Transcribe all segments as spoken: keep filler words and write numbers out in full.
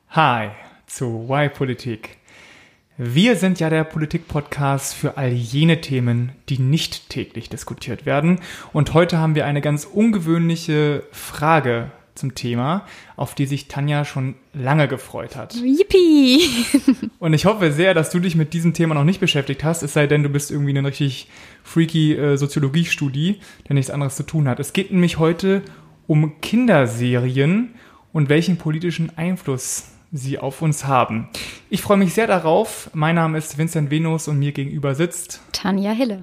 Hi zu Why Politik. Wir sind ja der Politik-Podcast für all jene Themen, die nicht täglich diskutiert werden. Und heute haben wir eine ganz ungewöhnliche Frage zum Thema, auf die sich Tanja schon lange gefreut hat. Yippie! Und ich hoffe sehr, dass du dich mit diesem Thema noch nicht beschäftigt hast, es sei denn, du bist irgendwie eine richtig freaky äh, Soziologie-Studie, der nichts anderes zu tun hat. Es geht nämlich heute um Kinderserien und welchen politischen Einfluss sie auf uns haben. Ich freue mich sehr darauf. Mein Name ist Vincent Venus und mir gegenüber sitzt Tanja Hille.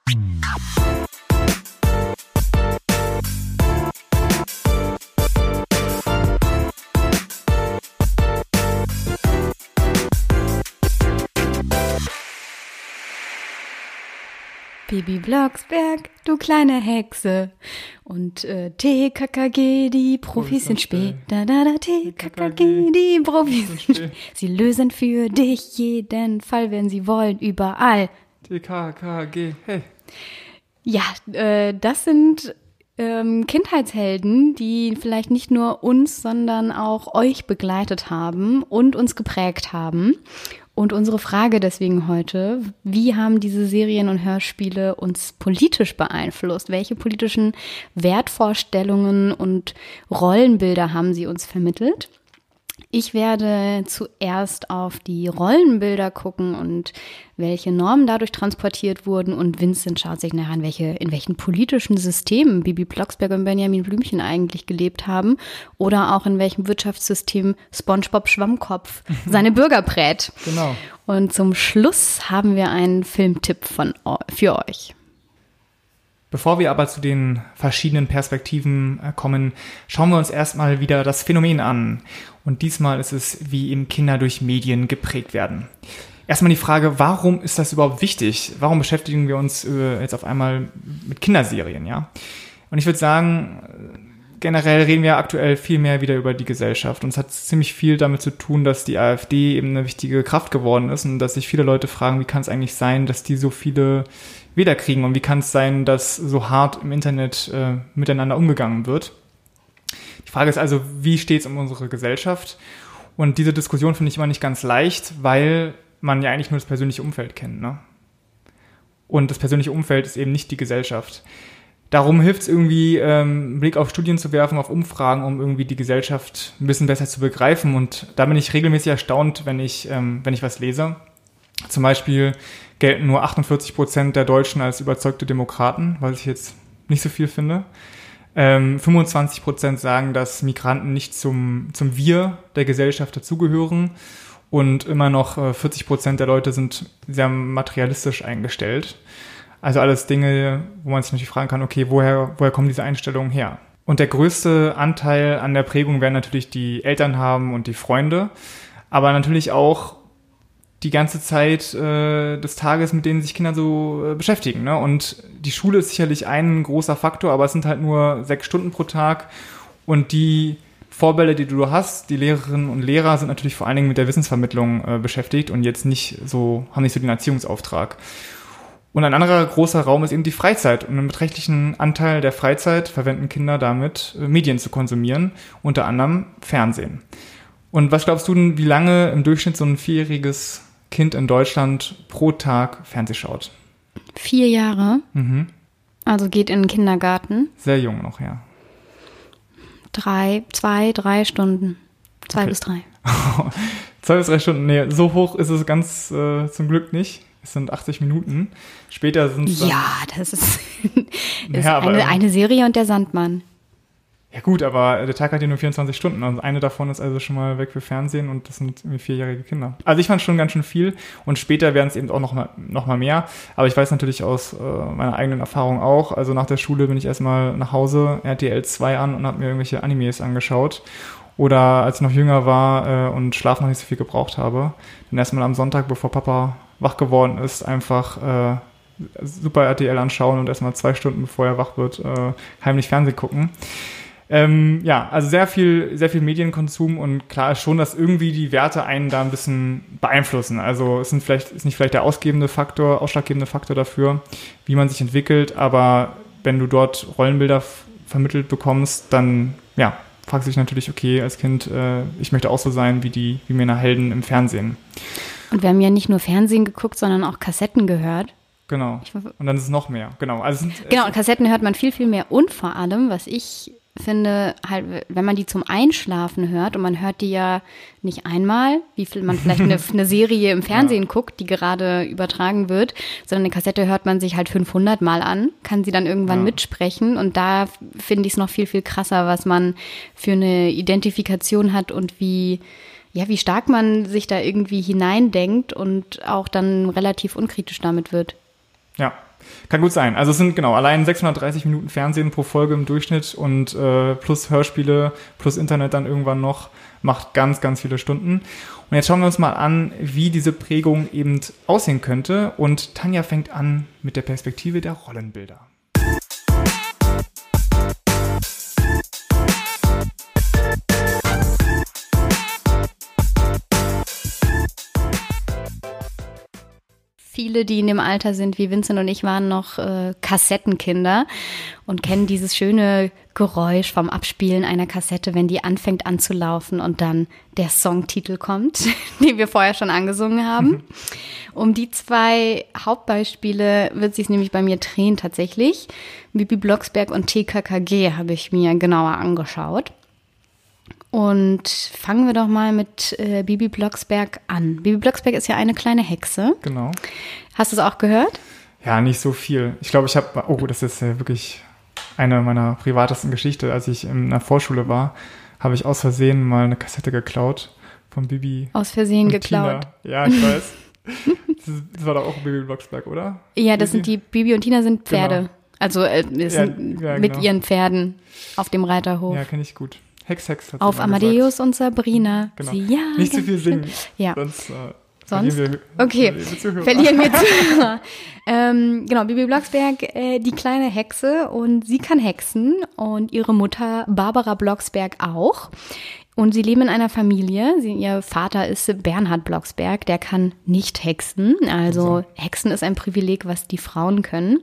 Bibi Blocksberg, du kleine Hexe. Und äh, T K K G, die Profis sind spät. Da, da, da, T K K G, die Profis sind spät. Sie lösen für dich jeden Fall, wenn sie wollen, überall. T K K G, hey. Ja, äh, das sind ähm, Kindheitshelden, die vielleicht nicht nur uns, sondern auch euch begleitet haben und uns geprägt haben. Und unsere Frage deswegen heute, wie haben diese Serien und Hörspiele uns politisch beeinflusst? Welche politischen Wertvorstellungen und Rollenbilder haben sie uns vermittelt? Ich werde zuerst auf die Rollenbilder gucken und welche Normen dadurch transportiert wurden. Und Vincent schaut sich nachher an, welche, in welchen politischen Systemen Bibi Blocksberg und Benjamin Blümchen eigentlich gelebt haben oder auch in welchem Wirtschaftssystem SpongeBob Schwammkopf seine Bürger brät. Genau. Und zum Schluss haben wir einen Filmtipp von, für euch. Bevor wir aber zu den verschiedenen Perspektiven kommen, schauen wir uns erstmal wieder das Phänomen an. Und diesmal ist es, wie eben Kinder durch Medien geprägt werden. Erstmal die Frage, warum ist das überhaupt wichtig? Warum beschäftigen wir uns jetzt auf einmal mit Kinderserien, ja? Und ich würde sagen, generell reden wir aktuell viel mehr wieder über die Gesellschaft. Und es hat ziemlich viel damit zu tun, dass die AfD eben eine wichtige Kraft geworden ist und dass sich viele Leute fragen, wie kann es eigentlich sein, dass die so viele Wähler kriegen und wie kann es sein, dass so hart im Internet äh, miteinander umgegangen wird. Die Frage ist also, wie steht es um unsere Gesellschaft? Und diese Diskussion finde ich immer nicht ganz leicht, weil man ja eigentlich nur das persönliche Umfeld kennt, ne? Und das persönliche Umfeld ist eben nicht die Gesellschaft. Darum hilft es irgendwie, ähm, einen Blick auf Studien zu werfen, auf Umfragen, um irgendwie die Gesellschaft ein bisschen besser zu begreifen. Und da bin ich regelmäßig erstaunt, wenn ich, ähm, wenn ich was lese. Zum Beispiel gelten nur achtundvierzig Prozent der Deutschen als überzeugte Demokraten, was ich jetzt nicht so viel finde. Ähm, fünfundzwanzig Prozent sagen, dass Migranten nicht zum, zum Wir der Gesellschaft dazugehören. Und immer noch äh, vierzig Prozent der Leute sind sehr materialistisch eingestellt. Also alles Dinge, wo man sich natürlich fragen kann, okay, woher, woher kommen diese Einstellungen her? Und der größte Anteil an der Prägung werden natürlich die Eltern haben und die Freunde, aber natürlich auch die ganze Zeit äh, des Tages, mit denen sich Kinder so äh, beschäftigen, ne? Und die Schule ist sicherlich ein großer Faktor, aber es sind halt nur sechs Stunden pro Tag und die Vorbilder, die du hast, die Lehrerinnen und Lehrer sind natürlich vor allen Dingen mit der Wissensvermittlung äh, beschäftigt und jetzt nicht so, haben nicht so den Erziehungsauftrag. Und ein anderer großer Raum ist eben die Freizeit. Und einen beträchtlichen Anteil der Freizeit verwenden Kinder damit, Medien zu konsumieren, unter anderem Fernsehen. Und was glaubst du denn, wie lange im Durchschnitt so ein vierjähriges Kind in Deutschland pro Tag Fernseh schaut? Vier Jahre? Mhm. Also geht in den Kindergarten? Sehr jung noch, ja. Drei, zwei, drei Stunden. Zwei Okay. bis drei. Zwei bis drei Stunden, nee, so hoch ist es ganz äh, zum Glück nicht. Es sind achtzig Minuten. Später sind es Ja, das ist, ist Ja, aber- eine, eine Serie und der Sandmann. Ja gut, aber der Tag hat ja nur vierundzwanzig Stunden. Also eine davon ist also schon mal weg für Fernsehen und das sind irgendwie vierjährige Kinder. Also ich fand schon ganz schön viel und später werden es eben auch noch mal, noch mal mehr. Aber ich weiß natürlich aus äh, meiner eigenen Erfahrung auch. Also nach der Schule bin ich erstmal nach Hause, R T L zwei an und habe mir irgendwelche Animes angeschaut. Oder als ich noch jünger war äh, und Schlaf noch nicht so viel gebraucht habe, dann erstmal am Sonntag, bevor Papa wach geworden ist, einfach äh, Super R T L anschauen und erstmal zwei Stunden bevor er wach wird, äh, heimlich Fernsehen gucken. Ähm, ja, also sehr viel, sehr viel Medienkonsum und klar ist schon, dass irgendwie die Werte einen da ein bisschen beeinflussen. Also es sind vielleicht, ist nicht vielleicht der ausgebende Faktor, ausschlaggebende Faktor dafür, wie man sich entwickelt, aber wenn du dort Rollenbilder f- vermittelt bekommst, dann ja, fragst du dich natürlich, okay, als Kind, äh, ich möchte auch so sein wie die wie Männerhelden im Fernsehen. Und wir haben ja nicht nur Fernsehen geguckt, sondern auch Kassetten gehört. Genau. Und dann ist es noch mehr. Genau. Also es sind, genau, und Kassetten hört man viel, viel mehr. Und vor allem, was ich finde, halt, wenn man die zum Einschlafen hört, und man hört die ja nicht einmal, wie viel man vielleicht eine, eine Serie im Fernsehen ja. guckt, die gerade übertragen wird, sondern eine Kassette hört man sich halt fünfhundert Mal an, kann sie dann irgendwann ja. mitsprechen. Und da finde ich es noch viel, viel krasser, was man für eine Identifikation hat und wie, ja, wie stark man sich da irgendwie hineindenkt und auch dann relativ unkritisch damit wird. Ja, kann gut sein. Also es sind genau allein sechshundertdreißig Minuten Fernsehen pro Folge im Durchschnitt und äh, plus Hörspiele, plus Internet dann irgendwann noch, macht ganz, ganz viele Stunden. Und jetzt schauen wir uns mal an, wie diese Prägung eben aussehen könnte. Und Tanja fängt an mit der Perspektive der Rollenbilder. Viele, die in dem Alter sind wie Vincent und ich, waren noch äh, Kassettenkinder und kennen dieses schöne Geräusch vom Abspielen einer Kassette, wenn die anfängt anzulaufen und dann der Songtitel kommt, den wir vorher schon angesungen haben. Um die zwei Hauptbeispiele wird sich nämlich bei mir drehen tatsächlich. Bibi Blocksberg und T K K G habe ich mir genauer angeschaut. Und fangen wir doch mal mit äh, Bibi Blocksberg an. Bibi Blocksberg ist ja eine kleine Hexe. Genau. Hast du es auch gehört? Ja, nicht so viel. Ich glaube, ich habe, oh, das ist ja wirklich eine meiner privatesten Geschichten. Als ich in der Vorschule war, habe ich aus Versehen mal eine Kassette geklaut von Bibi. Aus Versehen geklaut? Tina. Ja, ich weiß. das, das war doch auch Bibi Blocksberg, oder? Ja, das Bibi? sind die, Bibi und Tina sind Pferde. Genau. Also äh, ja, sind ja, mit genau. ihren Pferden auf dem Reiterhof. Ja, kenne ich gut. Hex, Hex hat Auf Amadeus gesagt. Und Sabrina. Genau. Sie, ja, nicht zu viel singen. Ja. Sonst, äh, Sonst? Verlieren wir, okay, wir verlieren wir Zuhörer. ähm, genau, Bibi Blocksberg, äh, die kleine Hexe, und sie kann hexen und ihre Mutter Barbara Blocksberg auch. Und sie leben in einer Familie. Sie, ihr Vater ist Bernhard Blocksberg, der kann nicht hexen. Also so. Hexen ist ein Privileg, was die Frauen können.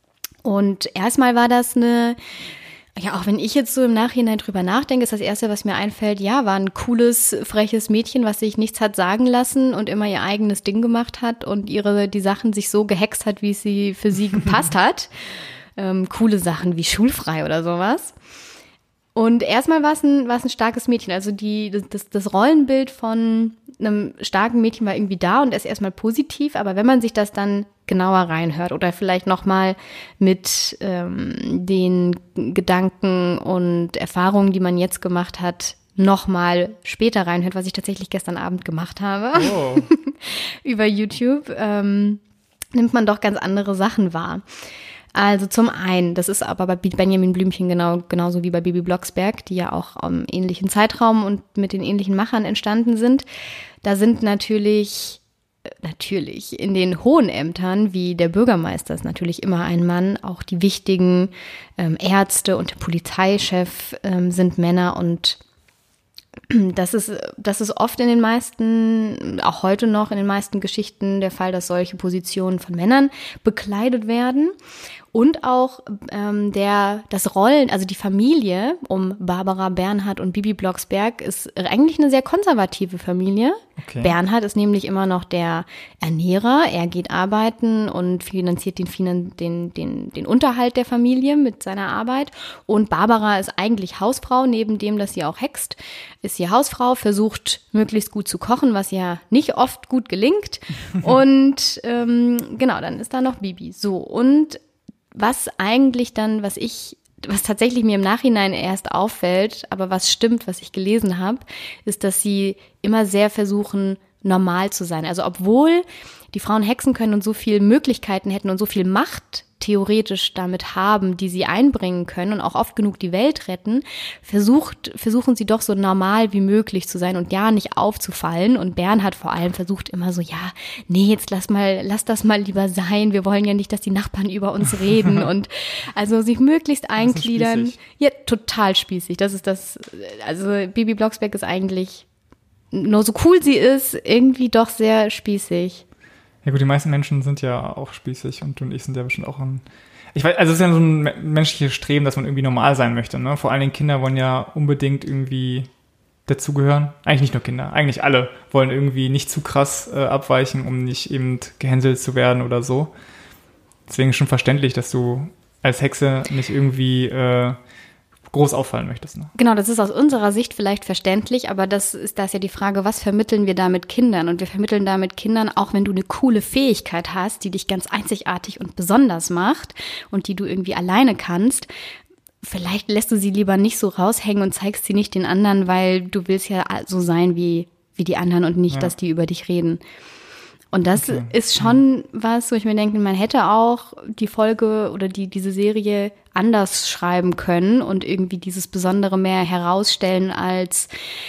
Und erstmal war das eine... Ja, auch wenn ich jetzt so im Nachhinein drüber nachdenke, ist das Erste, was mir einfällt, ja, war ein cooles, freches Mädchen, was sich nichts hat sagen lassen und immer ihr eigenes Ding gemacht hat und ihre die Sachen sich so gehext hat, wie es sie für sie gepasst hat. Ähm, coole Sachen wie schulfrei oder sowas. Und erstmal war es ein, war es ein starkes Mädchen. Also die, das, das Rollenbild von einem starken Mädchen war irgendwie da und ist erstmal positiv. Aber wenn man sich das dann genauer reinhört oder vielleicht nochmal mit ähm, den Gedanken und Erfahrungen, die man jetzt gemacht hat, nochmal später reinhört, was ich tatsächlich gestern Abend gemacht habe, oh. über YouTube, ähm, nimmt man doch ganz andere Sachen wahr. Also zum einen, das ist aber bei Benjamin Blümchen genau genauso wie bei Bibi Blocksberg, die ja auch im ähnlichen Zeitraum und mit den ähnlichen Machern entstanden sind. Da sind natürlich, natürlich in den hohen Ämtern, wie der Bürgermeister ist natürlich immer ein Mann, auch die wichtigen ähm, Ärzte und der Polizeichef ähm, sind Männer, und das ist, das ist oft in den meisten, auch heute noch in den meisten Geschichten der Fall, dass solche Positionen von Männern bekleidet werden. Und auch ähm, der das Rollen, also die Familie um Barbara, Bernhard und Bibi Blocksberg ist eigentlich eine sehr konservative Familie. Okay. Bernhard ist nämlich immer noch der Ernährer. Er geht arbeiten und finanziert den, Finan- den, den, den Unterhalt der Familie mit seiner Arbeit. Und Barbara ist eigentlich Hausfrau, neben dem, dass sie auch hext, ist sie Hausfrau, versucht möglichst gut zu kochen, was ja nicht oft gut gelingt. Und ähm, genau, dann ist da noch Bibi. So, und was eigentlich dann, was ich, was tatsächlich mir im Nachhinein erst auffällt, aber was stimmt, was ich gelesen habe, ist, dass sie immer sehr versuchen, normal zu sein. Also obwohl die Frauen hexen können und so viele Möglichkeiten hätten und so viel Macht theoretisch damit haben, die sie einbringen können und auch oft genug die Welt retten, versucht, versuchen sie doch so normal wie möglich zu sein und ja nicht aufzufallen. Und Bernhard vor allem versucht immer so, ja, nee, jetzt lass mal, lass das mal lieber sein. Wir wollen ja nicht, dass die Nachbarn über uns reden und also sich möglichst eingliedern. Ja, total spießig. Das ist das, also Bibi Blocksberg ist eigentlich, nur so cool sie ist, irgendwie doch sehr spießig. Ja gut, die meisten Menschen sind ja auch spießig und du und ich sind ja bestimmt auch ein Ich weiß, also es ist ja so ein menschliches Streben, dass man irgendwie normal sein möchte, ne? Vor allen Dingen Kinder wollen ja unbedingt irgendwie dazugehören. Eigentlich nicht nur Kinder, eigentlich alle wollen irgendwie nicht zu krass äh, abweichen, um nicht eben gehänselt zu werden oder so. Deswegen ist schon verständlich, dass du als Hexe nicht irgendwie äh, groß auffallen möchtest. Ne? Genau, das ist aus unserer Sicht vielleicht verständlich, aber das ist, da ist ja die Frage, was vermitteln wir da mit Kindern? Und wir vermitteln da mit Kindern, auch wenn du eine coole Fähigkeit hast, die dich ganz einzigartig und besonders macht und die du irgendwie alleine kannst, vielleicht lässt du sie lieber nicht so raushängen und zeigst sie nicht den anderen, weil du willst ja so sein wie, wie die anderen und nicht, ja. dass die über dich reden. Und das okay. ist schon was, wo ich mir denke, man hätte auch die Folge oder die diese Serie anders schreiben können und irgendwie dieses Besondere mehr herausstellen als,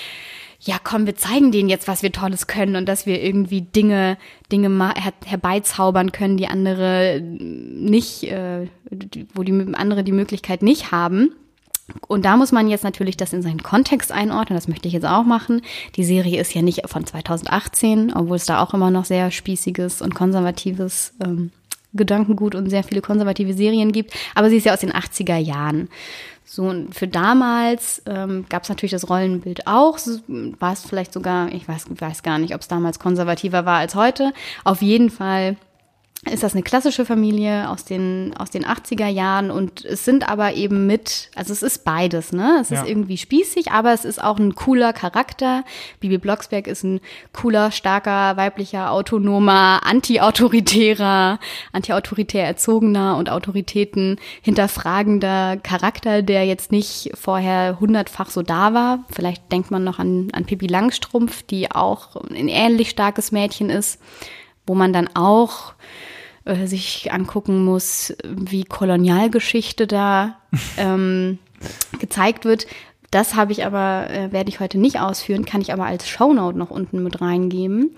ja komm, wir zeigen denen jetzt, was wir Tolles können und dass wir irgendwie Dinge Dinge ma- her- herbeizaubern können, die andere nicht, äh, die, wo die andere die Möglichkeit nicht haben. Und da muss man jetzt natürlich das in seinen Kontext einordnen, das möchte ich jetzt auch machen. Die Serie ist ja nicht von zwanzig achtzehn, obwohl es da auch immer noch sehr spießiges und konservatives ähm, Gedankengut und sehr viele konservative Serien gibt, aber sie ist ja aus den achtziger Jahren. So, und für damals ähm, gab es natürlich das Rollenbild auch, war es vielleicht sogar, ich weiß, weiß gar nicht, ob es damals konservativer war als heute. Auf jeden Fall ist das eine klassische Familie aus den aus den achtziger Jahren und es sind aber eben mit, also es ist beides, ne? Es ja. ist irgendwie spießig, aber es ist auch ein cooler Charakter. Bibi Blocksberg ist ein cooler, starker, weiblicher, autonomer, anti-autoritärer, anti-autoritär erzogener und Autoritäten hinterfragender Charakter, der jetzt nicht vorher hundertfach so da war. Vielleicht denkt man noch an an Pippi Langstrumpf, die auch ein ähnlich starkes Mädchen ist, wo man dann auch äh, sich angucken muss, wie Kolonialgeschichte da ähm, gezeigt wird. Das habe ich aber, äh, werde ich heute nicht ausführen, kann ich aber als Shownote noch unten mit reingeben.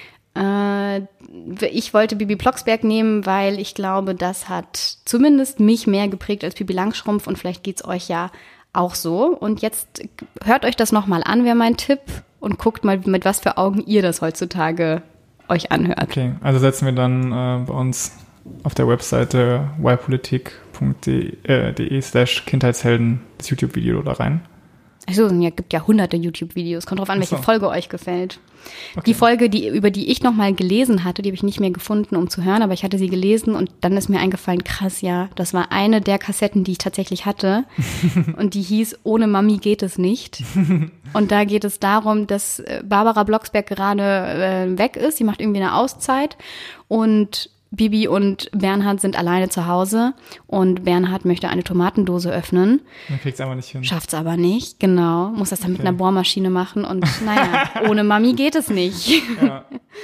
Äh, ich wollte Bibi Blocksberg nehmen, weil ich glaube, das hat zumindest mich mehr geprägt als Pippi Langstrumpf und vielleicht geht's euch ja auch so. Und jetzt hört euch das nochmal an, wäre mein Tipp, und guckt mal, mit was für Augen ihr das heutzutage euch anhört. Okay, also setzen wir dann äh, bei uns auf der Webseite ypolitik punkt de slash Kindheitshelden das YouTube-Video da rein. Achso, es gibt ja hunderte YouTube-Videos. Kommt drauf an, welche Achso. Folge euch gefällt. Okay. Die Folge, die, über die ich nochmal gelesen hatte, die habe ich nicht mehr gefunden, um zu hören, aber ich hatte sie gelesen und dann ist mir eingefallen, krass, ja, das war eine der Kassetten, die ich tatsächlich hatte und die hieß Ohne Mami geht es nicht. Und da geht es darum, dass Barbara Blocksberg gerade äh, weg ist, sie macht irgendwie eine Auszeit und Bibi und Bernhard sind alleine zu Hause und Bernhard möchte eine Tomatendose öffnen. Man kriegt es aber nicht hin. Schafft's aber nicht, genau. Muss das dann okay. mit einer Bohrmaschine machen und naja, ohne Mami geht es nicht. Ja.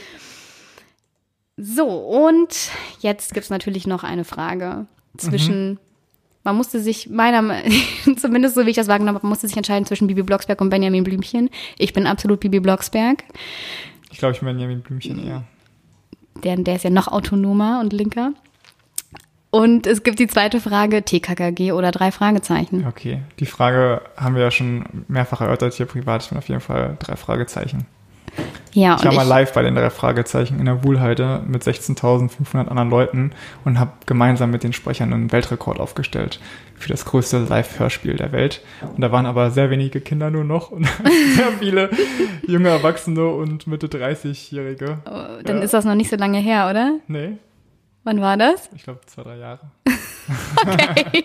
So, und jetzt gibt's natürlich noch eine Frage zwischen, mhm. man musste sich, meiner, zumindest so wie ich das wahrgenommen habe, man musste sich entscheiden zwischen Bibi Blocksberg und Benjamin Blümchen. Ich bin absolut Bibi Blocksberg. Ich glaube, ich bin Benjamin Blümchen eher. Der, der ist ja noch autonomer und linker. Und es gibt die zweite Frage, T K K G oder drei Fragezeichen. Okay, die Frage haben wir ja schon mehrfach erörtert hier privat. Ich bin auf jeden Fall drei Fragezeichen. Ja, ich war mal live bei den drei Fragezeichen in der Wuhlheide mit sechzehntausendfünfhundert anderen Leuten und habe gemeinsam mit den Sprechern einen Weltrekord aufgestellt für das größte Live-Hörspiel der Welt. Und da waren aber sehr wenige Kinder nur noch und sehr viele junge Erwachsene und Mitte dreißigjährige. Oh, dann ja. ist das noch nicht so lange her, oder? Nee. Wann war das? Ich glaube zwei, drei Jahre. Okay.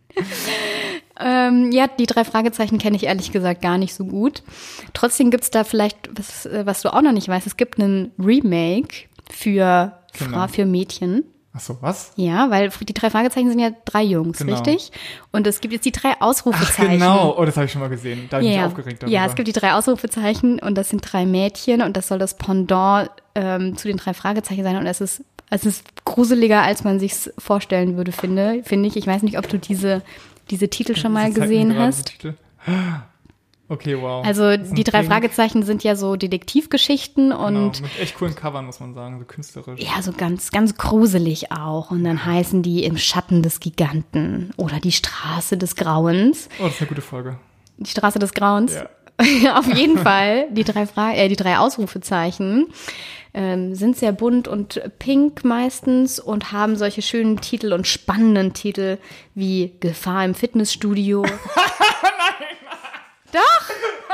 ähm, ja, die drei Fragezeichen kenne ich ehrlich gesagt gar nicht so gut. Trotzdem gibt's da vielleicht, was, was du auch noch nicht weißt, es gibt einen Remake für, genau. Fra- für Mädchen. Ach so, was? Ja, weil die drei Fragezeichen sind ja drei Jungs, genau. richtig? Und es gibt jetzt die drei Ausrufezeichen. Ach, genau, oh, das habe ich schon mal gesehen. Da habe ich ja. mich aufgeregt darüber. Ja, es gibt die drei Ausrufezeichen und das sind drei Mädchen und das soll das Pendant ähm, zu den drei Fragezeichen sein und es ist Es ist gruseliger, als man sich's vorstellen würde, finde, finde ich. Ich weiß nicht, ob du diese, diese Titel schon mal gesehen hast. Okay, wow. Also die drei Pink. Fragezeichen sind ja so Detektivgeschichten und genau, mit echt coolen Covern, muss man sagen, so künstlerisch. Ja, so ganz, ganz gruselig auch. Und dann heißen die Im Schatten des Giganten oder Die Straße des Grauens. Oh, das ist eine gute Folge. Die Straße des Grauens? Ja. Auf jeden Fall. Die drei Fra- äh, die drei Ausrufezeichen ähm, sind sehr bunt und pink meistens und haben solche schönen Titel und spannenden Titel wie Gefahr im Fitnessstudio. Nein, nein. Doch!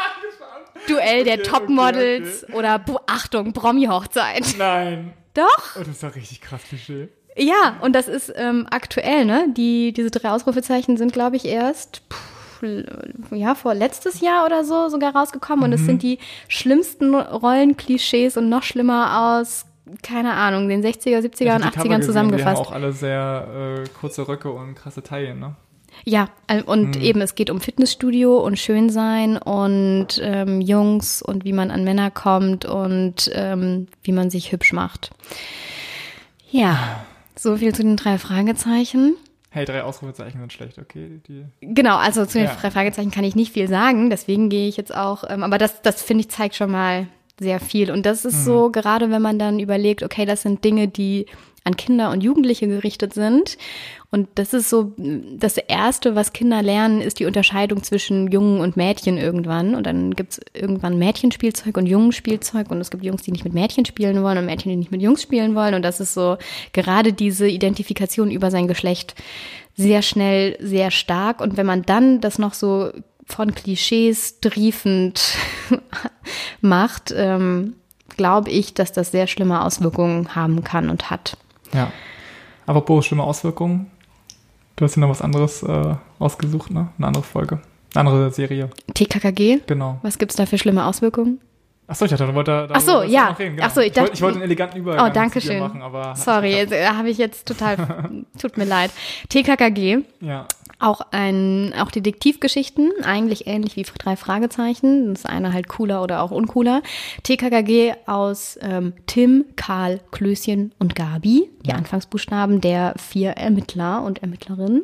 Duell der okay, Topmodels okay, okay. oder Bu- Achtung, Promi-Hochzeit. Nein. Doch? Oh, das ist doch richtig krass Klischee. Ja, und das ist ähm, aktuell, ne? Die, diese drei Ausrufezeichen sind, glaube ich, erst pff, ja, vor letztes Jahr oder so sogar rausgekommen. Und es Mhm. sind die schlimmsten Rollenklischees und noch schlimmer aus, keine Ahnung, den sechziger, siebziger und Ich hab die Cover achtzigern gesehen, zusammengefasst. Die haben auch alle sehr äh, kurze Röcke und krasse Taillen, ne? Ja, äh, und Mhm. eben es geht um Fitnessstudio und Schönsein und ähm, Jungs und wie man an Männer kommt und ähm, wie man sich hübsch macht. Ja, so viel zu den drei Fragezeichen. Hey, drei Ausrufezeichen sind schlecht, okay? Die, Genau, also zu den Ja. drei Fragezeichen kann ich nicht viel sagen, deswegen gehe ich jetzt auch, ähm, aber das, das finde ich zeigt schon mal sehr viel. Und das ist Mhm. so, gerade wenn man dann überlegt, okay, das sind Dinge, die an Kinder und Jugendliche gerichtet sind. Und das ist so, das Erste, was Kinder lernen, ist die Unterscheidung zwischen Jungen und Mädchen irgendwann. Und dann gibt's irgendwann Mädchenspielzeug und Jungenspielzeug. Und es gibt Jungs, die nicht mit Mädchen spielen wollen und Mädchen, die nicht mit Jungs spielen wollen. Und das ist so gerade diese Identifikation über sein Geschlecht sehr schnell, sehr stark. Und wenn man dann das noch so von Klischees triefend macht, ähm, glaube ich, dass das sehr schlimme Auswirkungen haben kann und hat. ja. Apropos schlimme Auswirkungen. Du hast dir noch was anderes äh, ausgesucht, ne? Eine andere Folge. Eine andere Serie. T K K G? Genau. Was gibt's da für schlimme Auswirkungen? Achso, ich dachte, du wolltest da Ach so, darüber ja. noch reden. Genau. Ach so, ich ich, wollte, dachte- ich wollte einen eleganten Übergang Oh, danke zu dir schön. machen, aber hat Sorry, nicht jetzt äh, habe ich jetzt total, tut mir leid. T K K G, geklappt. Ja. auch ein, auch Detektivgeschichten, eigentlich ähnlich wie drei Fragezeichen. Das eine halt cooler oder auch uncooler. T K K G aus ähm, Tim, Karl, Klößchen und Gabi, die Ja. Anfangsbuchstaben der vier Ermittler und Ermittlerinnen.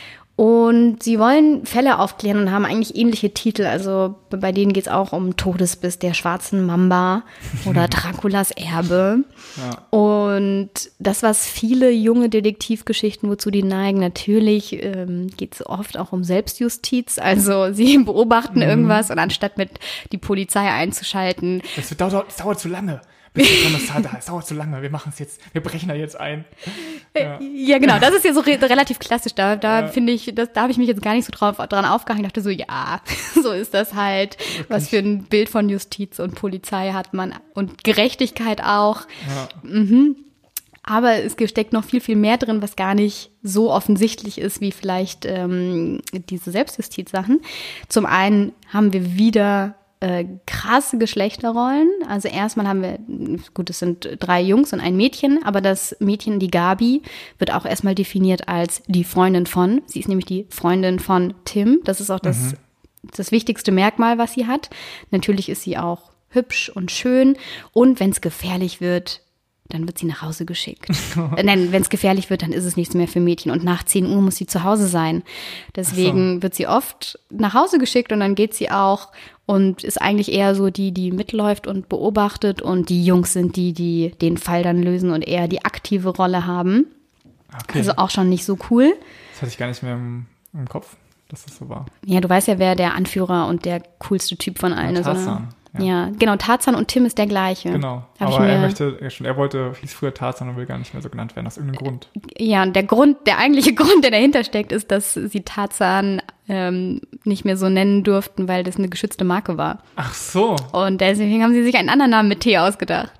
Und sie wollen Fälle aufklären und haben eigentlich ähnliche Titel. Also bei denen geht es auch um Todesbiss der schwarzen Mamba oder Draculas Erbe. Ja. Und das, was viele junge Detektivgeschichten, wozu die neigen, natürlich ähm, geht es oft auch um Selbstjustiz. Also sie beobachten irgendwas und anstatt mit die Polizei einzuschalten, Das, wird, dauert, das dauert zu lange. Bis der Kommissar da ist. Es dauert zu lange. Wir machen es jetzt. Wir brechen da jetzt ein. Ja. ja, genau, das ist ja so re relativ klassisch. Da, da Ja. finde ich, das, da habe ich mich jetzt gar nicht so drauf, dran aufgehangen. Ich dachte so, ja, so ist das halt. Was für ein Bild von Justiz und Polizei hat man und Gerechtigkeit auch. Ja. Aber es steckt noch viel, viel mehr drin, was gar nicht so offensichtlich ist, wie vielleicht ähm, diese Selbstjustiz-Sachen. Zum einen haben wir wieder äh, krasse Geschlechterrollen. Also erstmal haben wir, gut, es sind drei Jungs und ein Mädchen, aber das Mädchen, die Gabi, wird auch erstmal definiert als die Freundin von. Sie ist nämlich die Freundin von Tim. Das ist auch das, Mhm. das wichtigste Merkmal, was sie hat. Natürlich ist sie auch hübsch und schön. Und wenn es gefährlich wird, dann wird sie nach Hause geschickt. äh, Nein, wenn es gefährlich wird, dann ist es nichts mehr für Mädchen. Und nach zehn Uhr muss sie zu Hause sein. Deswegen Ach so. wird sie oft nach Hause geschickt und dann geht sie auch und ist eigentlich eher so die, die mitläuft und beobachtet. Und die Jungs sind die, die den Fall dann lösen und eher die aktive Rolle haben. Okay. Also auch schon nicht so cool. Das hatte ich gar nicht mehr im, im Kopf, dass das so war. Ja, du weißt ja, wer der Anführer und der coolste Typ von allen Ja, ist, oder? Tarzan, ja. Ja, genau. Tarzan und Tim ist der gleiche. Genau. Hab ich Aber er mir- möchte, er, schon, er wollte, hieß früher Tarzan und will gar nicht mehr so genannt werden, aus irgendeinem Grund. Ja, und der Grund, der eigentliche Grund, der dahinter steckt, ist, dass sie Tarzan ähm, nicht mehr so nennen durften, weil das eine geschützte Marke war. Ach so. Und deswegen haben sie sich einen anderen Namen mit T ausgedacht.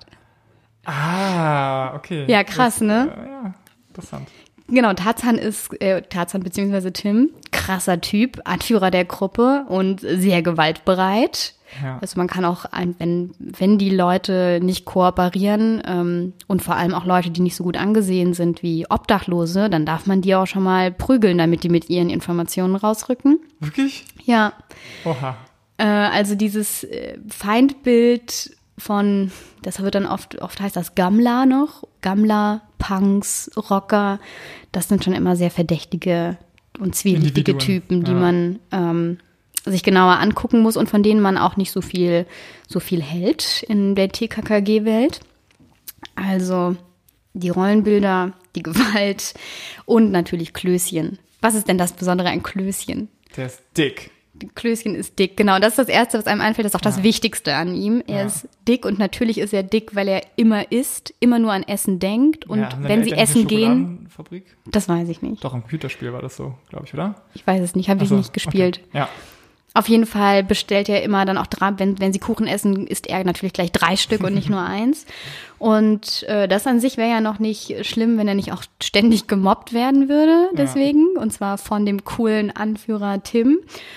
Ah, okay. Ja, krass, das, ne? Äh, ja, interessant. Genau, Tarzan ist, äh, Tarzan beziehungsweise Tim, krasser Typ, Anführer der Gruppe und sehr gewaltbereit. Ja. Also man kann auch, ein, wenn, wenn die Leute nicht kooperieren ähm, und vor allem auch Leute, die nicht so gut angesehen sind wie Obdachlose, dann darf man die auch schon mal prügeln, damit die mit ihren Informationen rausrücken. Wirklich? Ja, Oha. äh, also dieses äh, Feindbild von, das wird dann oft, oft heißt das Gammler noch, Gammler, Punks, Rocker, das sind schon immer sehr verdächtige und zwielichtige Individuen, Typen, die ja. man ähm, sich genauer angucken muss und von denen man auch nicht so viel, so viel hält in der T K K G-Welt. Also die Rollenbilder, die Gewalt und natürlich Klößchen. Was ist denn das Besondere an Klößchen? Der ist dick. Klößchen ist dick, genau. Das ist das Erste, was einem einfällt. Das ist auch das Ja. Wichtigste an ihm. Er Ja. ist dick und natürlich ist er dick, weil er immer isst, immer nur an Essen denkt. Und Ja, haben wenn deine sie Eltern essen eine gehen, Schokoladenfabrik? das weiß ich nicht. Doch, im Computerspiel war das so, glaube ich, oder? Ich weiß es nicht, habe ich Ach so, nicht gespielt. Okay. Ja. Auf jeden Fall bestellt er immer dann auch drei, wenn, wenn sie Kuchen essen, isst er natürlich gleich drei Stück und nicht nur eins. Und äh, das an sich wäre ja noch nicht schlimm, wenn er nicht auch ständig gemobbt werden würde, deswegen. Ja. Und zwar von dem coolen Anführer Tim.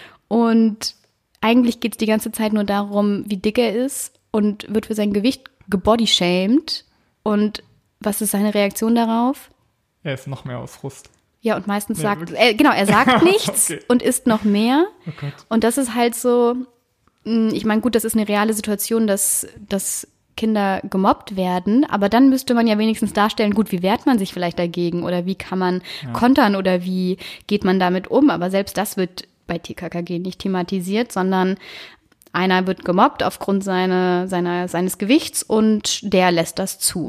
Und eigentlich geht es die ganze Zeit nur darum, wie dick er ist und wird für sein Gewicht gebodyshamed. Und was ist seine Reaktion darauf? Er ist noch mehr aus Frust. Ja, und meistens Nee, sagt, äh, genau, er sagt nichts Okay. und isst noch mehr. Oh Gott. Und das ist halt so, mh, ich meine, gut, das ist eine reale Situation, dass, dass Kinder gemobbt werden, aber dann müsste man ja wenigstens darstellen, gut, wie wehrt man sich vielleicht dagegen oder wie kann man Ja. kontern oder wie geht man damit um, aber selbst das wird bei T K K G nicht thematisiert, sondern einer wird gemobbt aufgrund seine, seiner, seines Gewichts und der lässt das zu.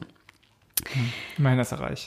Immerhin ist er reich.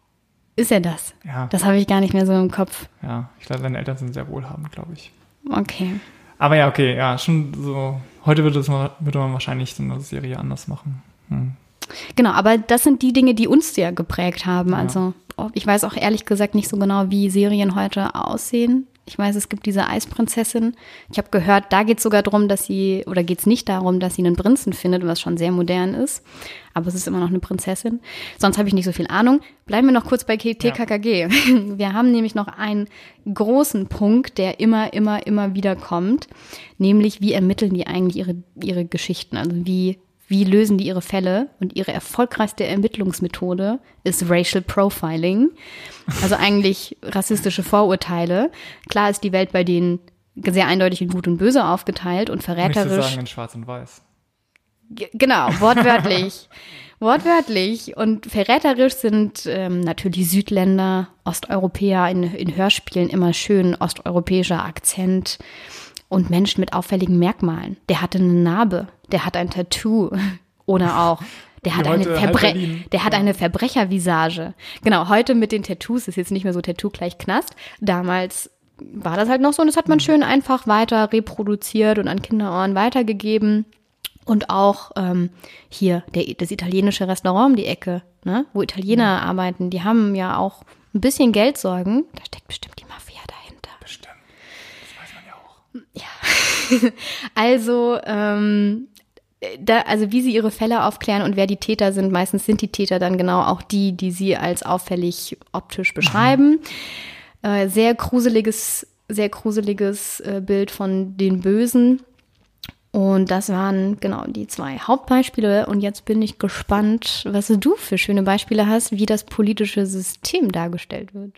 Ist er das? Ja. Das habe ich gar nicht mehr so im Kopf. Ja, ich glaube, seine Eltern sind sehr wohlhabend, glaube ich. Okay. Aber ja, okay, ja, schon so. Heute würde, es mal, würde man wahrscheinlich so eine Serie anders machen. Hm. Genau, aber das sind die Dinge, die uns ja geprägt haben. Ja. Also ich weiß auch ehrlich gesagt nicht so genau, wie Serien heute aussehen. Ich weiß, es gibt diese Eisprinzessin. Ich habe gehört, da geht es sogar darum, dass sie, oder geht es nicht darum, dass sie einen Prinzen findet, was schon sehr modern ist. Aber es ist immer noch eine Prinzessin. Sonst habe ich nicht so viel Ahnung. Bleiben wir noch kurz bei T K K G. Ja. Wir haben nämlich noch einen großen Punkt, der immer, immer, immer wieder kommt. Nämlich, wie ermitteln die eigentlich ihre, ihre Geschichten? Also wie Wie lösen die ihre Fälle? Und ihre erfolgreichste Ermittlungsmethode ist Racial Profiling. Also eigentlich rassistische Vorurteile. Klar ist die Welt bei denen sehr eindeutig in Gut und Böse aufgeteilt und verräterisch. Nicht zu sagen in Schwarz und Weiß. G- Genau, wortwörtlich. Wortwörtlich. Und verräterisch sind ähm, natürlich Südländer, Osteuropäer in, in Hörspielen immer schön, osteuropäischer Akzent. Und Menschen mit auffälligen Merkmalen. Der hatte eine Narbe, der hat ein Tattoo oder auch, der hat, eine, Verbre- der hat eine Verbrechervisage. Genau, heute mit den Tattoos ist jetzt nicht mehr so Tattoo gleich Knast. Damals war das halt noch so und das hat man schön einfach weiter reproduziert und an Kinderohren weitergegeben. Und auch ähm, hier der, das italienische Restaurant um die Ecke, ne, wo Italiener ja. arbeiten, die haben ja auch ein bisschen Geldsorgen. Da steckt bestimmt die Mafia dahinter. Bestimmt. Das weiß man ja auch. Ja, also, ähm, da, also wie sie ihre Fälle aufklären und wer die Täter sind, meistens sind die Täter dann genau auch die, die sie als auffällig optisch beschreiben. Mhm. Äh, sehr gruseliges, sehr gruseliges äh, Bild von den Bösen. Und das waren genau die zwei Hauptbeispiele. Und jetzt bin ich gespannt, was du für schöne Beispiele hast, wie das politische System dargestellt wird.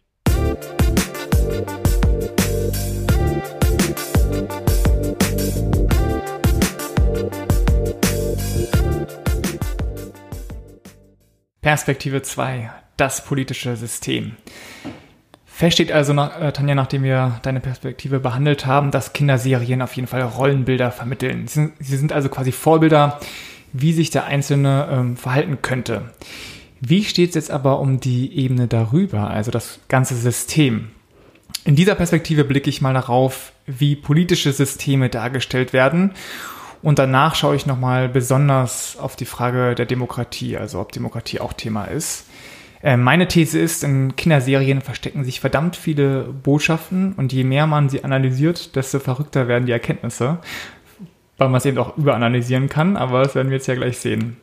Perspektive zwei, das politische System. Fest steht also, nach, äh, Tanja, nachdem wir deine Perspektive behandelt haben, dass Kinderserien auf jeden Fall Rollenbilder vermitteln. Sie sind, sie sind also quasi Vorbilder, wie sich der Einzelne ähm, verhalten könnte. Wie steht es jetzt aber um die Ebene darüber, also das ganze System? In dieser Perspektive blicke ich mal darauf, wie politische Systeme dargestellt werden. Und danach schaue ich nochmal besonders auf die Frage der Demokratie, also ob Demokratie auch Thema ist. Äh, meine These ist, in Kinderserien verstecken sich verdammt viele Botschaften und je mehr man sie analysiert, desto verrückter werden die Erkenntnisse, weil man es eben auch überanalysieren kann, aber das werden wir jetzt ja gleich sehen.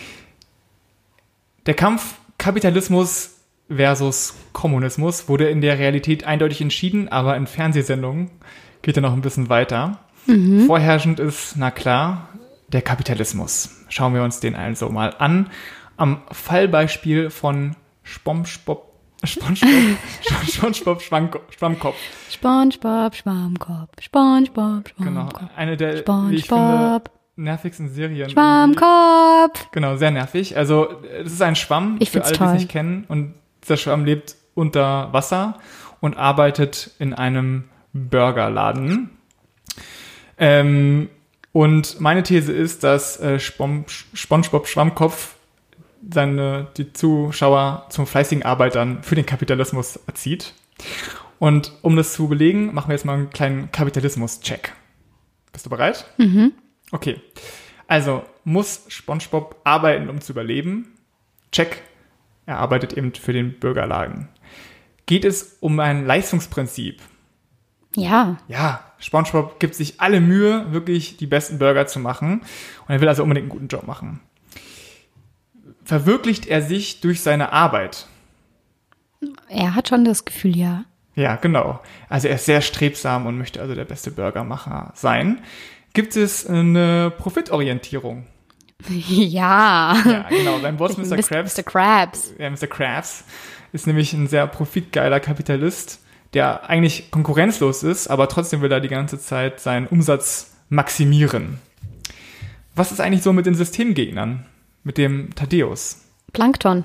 Der Kampf Kapitalismus versus Kommunismus wurde in der Realität eindeutig entschieden, aber in Fernsehsendungen geht er noch ein bisschen weiter. Mhm. Vorherrschend ist, na klar, der Kapitalismus. Schauen wir uns den also mal an. Am Fallbeispiel von SpongeBob, SpongeBob, SpongeBob Schwammkopf. SpongeBob Schwammkopf, SpongeBob Schwammkopf. Genau, eine der, SpongeBob. wie ich finde, nervigsten Serien. Schwammkopf. Genau, sehr nervig. Also, es ist ein Schwamm, ich für alle, die es nicht kennen. Und dieser Schwamm lebt unter Wasser und arbeitet in einem Burgerladen. Ähm, und meine These ist, dass äh, Spom- SpongeBob Schwammkopf seine, die Zuschauer zum fleißigen Arbeitern für den Kapitalismus erzieht. Und um das zu belegen, machen wir jetzt mal einen kleinen Kapitalismus-Check. Bist du bereit? Mhm. Okay. Also, muss SpongeBob arbeiten, um zu überleben? Check. Er arbeitet eben für den Bürgerladen. Geht es um ein Leistungsprinzip? Ja. Ja, SpongeBob gibt sich alle Mühe, wirklich die besten Burger zu machen. Und er will also unbedingt einen guten Job machen. Verwirklicht er sich durch seine Arbeit? Er hat schon das Gefühl, ja. Ja, genau. Also er ist sehr strebsam und möchte also der beste Burgermacher sein. Gibt es eine Profitorientierung? Ja. Ja, genau. Sein Boss Mister Krabs. Mister Krabs. Ja, Mister Krabs ist nämlich ein sehr profitgeiler Kapitalist, der eigentlich konkurrenzlos ist, aber trotzdem will er die ganze Zeit seinen Umsatz maximieren. Was ist eigentlich so mit den Systemgegnern? Mit dem Thaddeus? Plankton.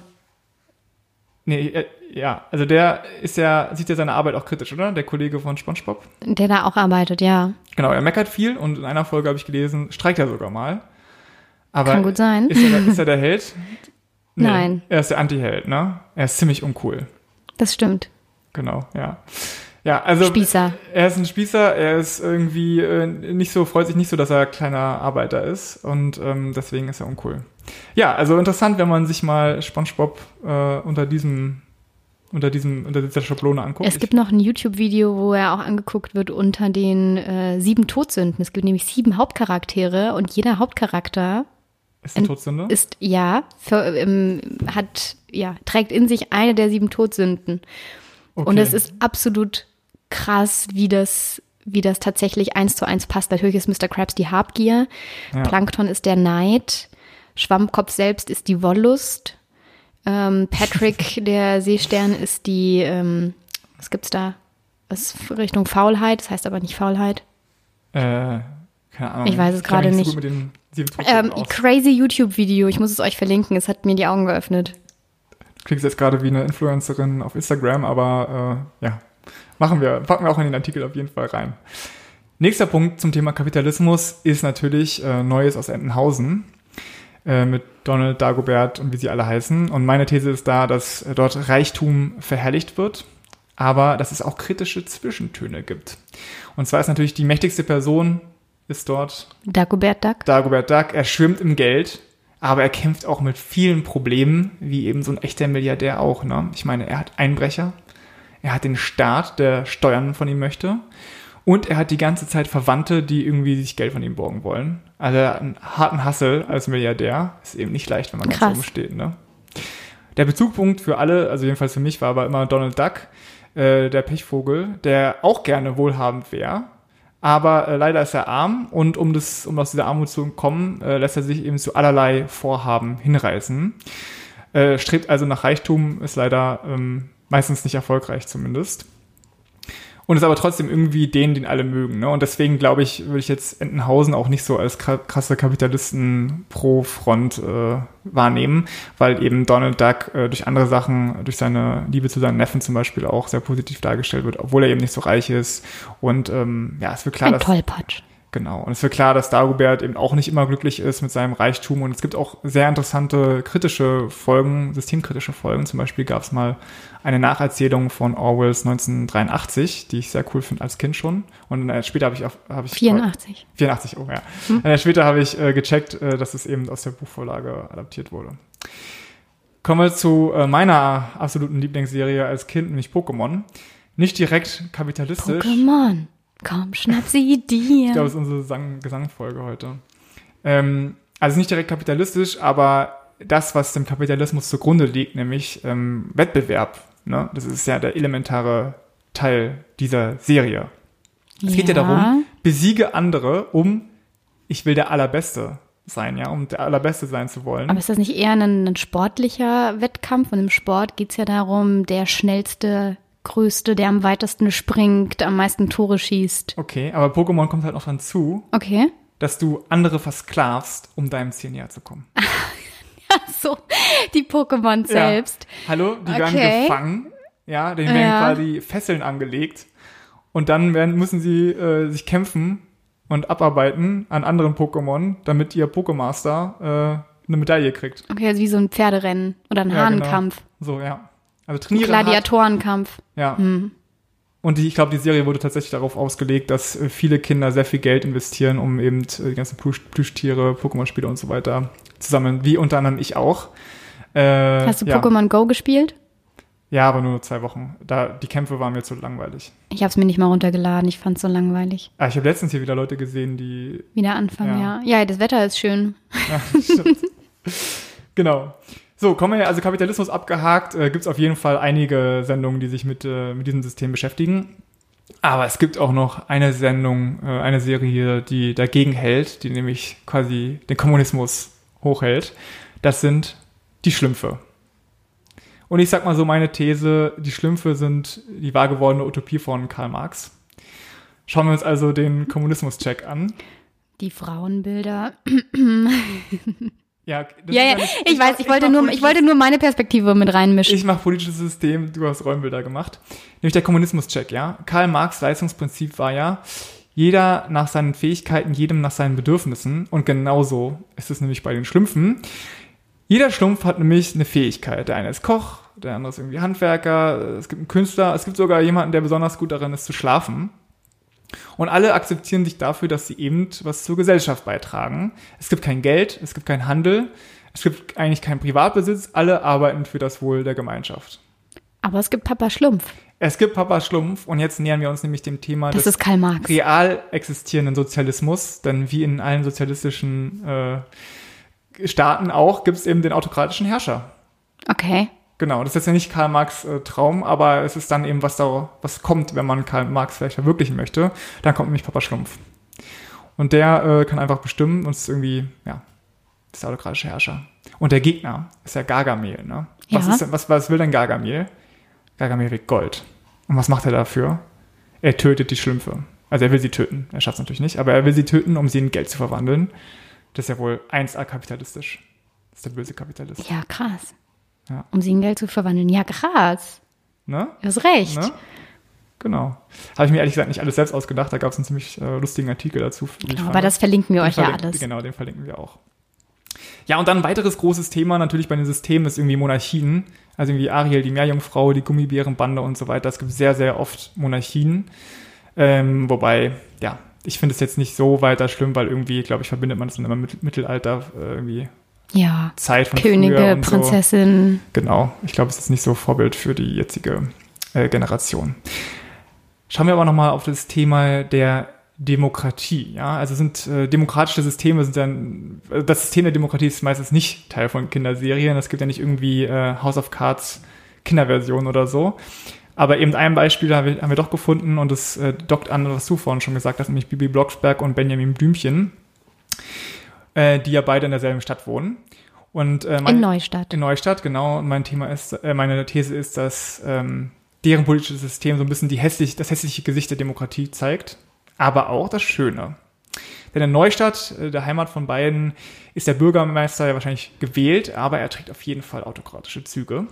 Nee, äh, ja, also der ist ja, sieht ja seine Arbeit auch kritisch, oder? Der Kollege von SpongeBob. Der da auch arbeitet, ja. Genau, er meckert viel und in einer Folge habe ich gelesen, streikt er sogar mal. Aber kann gut sein. Ist er, ist er der Held? Nee, Nein. Er ist der Anti-Held, ne? Er ist ziemlich uncool. Das stimmt. Genau, ja. Ja, also Spießer. Er ist ein Spießer, er ist irgendwie äh, nicht so, freut sich nicht so, dass er kleiner Arbeiter ist und ähm, deswegen ist er uncool. Ja, also interessant, wenn man sich mal SpongeBob äh, unter diesem unter diesem unter dieser Schablone anguckt. Es gibt noch ein YouTube-Video, wo er auch angeguckt wird unter den äh, sieben Todsünden. Es gibt nämlich sieben Hauptcharaktere und jeder Hauptcharakter ist eine Todsünde? Ist ja für, ähm, hat ja trägt in sich eine der sieben Todsünden. Okay. Und es ist absolut krass, wie das, wie das tatsächlich eins zu eins passt. Natürlich ist Mister Krabs die Habgier, ja. Plankton ist der Neid, Schwammkopf selbst ist die Wollust, ähm, Patrick, der Seestern, ist die, ähm, was gibt's da? Was Richtung Faulheit, das heißt aber nicht Faulheit. Äh, keine Ahnung. Ich weiß es gerade nicht. So gut mit den sieben ähm, crazy YouTube-Video, ich muss es euch verlinken, es hat mir die Augen geöffnet. Du klingst jetzt gerade wie eine Influencerin auf Instagram, aber äh, ja, machen wir, packen wir auch in den Artikel auf jeden Fall rein. Nächster Punkt zum Thema Kapitalismus ist natürlich äh, Neues aus Entenhausen äh, mit Donald, Dagobert und wie sie alle heißen. Und meine These ist da, dass äh, dort Reichtum verherrlicht wird, aber dass es auch kritische Zwischentöne gibt. Und zwar ist natürlich die mächtigste Person ist dort Dagobert Duck. Dagobert Duck. Er schwimmt im Geld. Aber er kämpft auch mit vielen Problemen, wie eben so ein echter Milliardär auch. Ne? Ich meine, er hat Einbrecher, er hat den Staat, der Steuern von ihm möchte und er hat die ganze Zeit Verwandte, die irgendwie sich Geld von ihm borgen wollen. Also er hat einen harten Hustle als Milliardär. Ist eben nicht leicht, wenn man Krass. ganz oben steht. Ne? Der Bezugpunkt für alle, also jedenfalls für mich, war aber immer Donald Duck, äh, der Pechvogel, der auch gerne wohlhabend wäre. Aber äh, leider ist er arm und um das, um aus dieser Armut zu kommen, äh, lässt er sich eben zu allerlei Vorhaben hinreißen. Äh, strebt also nach Reichtum, ist leider ähm, meistens nicht erfolgreich zumindest. Und ist aber trotzdem irgendwie den, den alle mögen. Ne? Und deswegen, glaube ich, würde ich jetzt Entenhausen auch nicht so als krasse Kapitalisten pro Front äh, wahrnehmen, weil eben Donald Duck äh, durch andere Sachen, durch seine Liebe zu seinen Neffen zum Beispiel auch sehr positiv dargestellt wird, obwohl er eben nicht so reich ist. Und ähm, ja, es wird klar, Ein dass... Tollpatsch. Genau. Und es wird klar, dass Dagobert eben auch nicht immer glücklich ist mit seinem Reichtum. Und es gibt auch sehr interessante kritische Folgen, systemkritische Folgen. Zum Beispiel gab es mal eine Nacherzählung von Orwells neunzehnhundertdreiundachtzig, die ich sehr cool finde als Kind schon. Und äh, später habe ich auch... Hab ich vierundachtzig. vierundachtzig, oh ja. Hm? Äh, später habe ich äh, gecheckt, äh, dass es eben aus der Buchvorlage adaptiert wurde. Kommen wir zu äh, meiner absoluten Lieblingsserie als Kind, nämlich Pokémon. Nicht direkt kapitalistisch. Pokémon. Komm, schnapp sie dir. Ich glaube, das ist unsere Sang- Gesangfolge heute. Ähm, also nicht direkt kapitalistisch, aber das, was dem Kapitalismus zugrunde liegt, nämlich ähm, Wettbewerb. Ne? Das ist ja der elementare Teil dieser Serie. Es ja. geht ja darum, besiege andere, um, ich will der Allerbeste sein, ja, um der Allerbeste sein zu wollen. Aber ist das nicht eher ein, ein sportlicher Wettkampf? Und im Sport geht es ja darum, der schnellste Größte, der am weitesten springt, am meisten Tore schießt. Okay, aber Pokémon kommt halt noch dran zu, okay. dass du andere versklavst, um deinem Ziel näher zu kommen. Ja, so, die Pokémon selbst. Ja. Hallo, die okay. werden gefangen, ja, denen werden ja. quasi Fesseln angelegt und dann werden, müssen sie äh, sich kämpfen und abarbeiten an anderen Pokémon, damit ihr Pokémaster äh, eine Medaille kriegt. Okay, also wie so ein Pferderennen oder ein ja, Hahnenkampf. Genau. So, ja. Also trainiere Gladiatorenkampf. Hart. Ja. Hm. Und die, ich glaube, die Serie wurde tatsächlich darauf ausgelegt, dass viele Kinder sehr viel Geld investieren, um eben die ganzen Plüsch, Plüschtiere, Pokémon-Spiele und so weiter zu sammeln, wie unter anderem ich auch. Äh, Hast du ja. Pokémon Go gespielt? Ja, aber nur zwei Wochen. Da, die Kämpfe waren mir zu langweilig. Ich habe es mir nicht mal runtergeladen, ich fand es so langweilig. Ah, ich habe letztens hier wieder Leute gesehen, die... Wieder anfangen, Ja. ja. Ja, das Wetter ist schön. Ja, stimmt. Genau. So, kommen wir ja, also Kapitalismus abgehakt, äh, gibt es auf jeden Fall einige Sendungen, die sich mit, äh, mit diesem System beschäftigen. Aber es gibt auch noch eine Sendung, äh, eine Serie, die dagegen hält, die nämlich quasi den Kommunismus hochhält. Das sind die Schlümpfe. Und ich sag mal so, meine These, die Schlümpfe sind die wahr gewordene Utopie von Karl Marx. Schauen wir uns also den Kommunismus-Check an. Die Frauenbilder. Ja, das Ja, ist ja, nicht- ich weiß, ich mach wollte nur, ich politisches- wollte nur meine Perspektive mit reinmischen. Ich mache politisches System, du hast Rollenbilder gemacht. Nämlich der Kommunismus-Check, ja. Karl Marx' Leistungsprinzip war ja, jeder nach seinen Fähigkeiten, jedem nach seinen Bedürfnissen. Und genauso ist es nämlich bei den Schlümpfen. Jeder Schlumpf hat nämlich eine Fähigkeit. Der eine ist Koch, der andere ist irgendwie Handwerker, es gibt einen Künstler, es gibt sogar jemanden, der besonders gut darin ist, zu schlafen. Und alle akzeptieren sich dafür, dass sie eben was zur Gesellschaft beitragen. Es gibt kein Geld, es gibt keinen Handel, es gibt eigentlich keinen Privatbesitz, alle arbeiten für das Wohl der Gemeinschaft. Aber es gibt Papa Schlumpf. Es gibt Papa Schlumpf und jetzt nähern wir uns nämlich dem Thema Das des ist Karl Marx. real existierenden Sozialismus, denn wie in allen sozialistischen äh, Staaten auch, gibt es eben den autokratischen Herrscher. Okay. Genau, das ist jetzt ja nicht Karl Marx' äh, Traum, aber es ist dann eben, was da was kommt, wenn man Karl Marx vielleicht verwirklichen möchte. Dann kommt nämlich Papa Schlumpf. Und der äh, kann einfach bestimmen und ist irgendwie, ja, ist der autokratische Herrscher. Und der Gegner ist ja Gargamel, ne? Was, Ja. ist denn, was, was will denn Gargamel? Gargamel will Gold. Und was macht er dafür? Er tötet die Schlümpfe. Also er will sie töten. Er schafft es natürlich nicht, aber er will sie töten, um sie in Geld zu verwandeln. Das ist ja wohl eins a kapitalistisch. Das ist der böse Kapitalist. Ja, krass. Ja. Um sie in Geld zu verwandeln. Ja, krass. Ne? Du hast recht. Ne? Genau. Habe ich mir ehrlich gesagt nicht alles selbst ausgedacht. Da gab es einen ziemlich äh, lustigen Artikel dazu. wie ich Genau, fand. aber das verlinken wir Den euch ja verlinken- alles. Genau, den verlinken wir auch. Ja, und dann ein weiteres großes Thema natürlich bei den Systemen ist irgendwie Monarchien. Also irgendwie Ariel, die Meerjungfrau, die Gummibärenbande und so weiter. Es gibt sehr, sehr oft Monarchien. Ähm, wobei, ja, ich finde es jetzt nicht so weiter schlimm, weil irgendwie, glaube ich, verbindet man es dann immer mit Mittelalter, äh, irgendwie Ja. Zeit von früher Könige, und so. Prinzessin. Genau, ich glaube, es ist nicht so Vorbild für die jetzige äh, Generation. Schauen wir aber nochmal auf das Thema der Demokratie. Ja, also sind äh, demokratische Systeme sind dann, äh, das System der Demokratie ist meistens nicht Teil von Kinderserien. Es gibt ja nicht irgendwie äh, House of Cards Kinderversion oder so. Aber eben ein Beispiel haben wir, haben wir doch gefunden und das äh, dockt an, was du vorhin schon gesagt hast, nämlich Bibi Blocksberg und Benjamin Blümchen, äh, die ja beide in derselben Stadt wohnen. Und, äh, mein, In Neustadt. In Neustadt, genau. Und mein Thema ist, äh, meine These ist, dass ähm, deren politisches System so ein bisschen die hässlich, das hässliche Gesicht der Demokratie zeigt, aber auch das Schöne. Denn in Neustadt, äh, der Heimat von beiden, ist der Bürgermeister ja wahrscheinlich gewählt, aber er trägt auf jeden Fall autokratische Züge.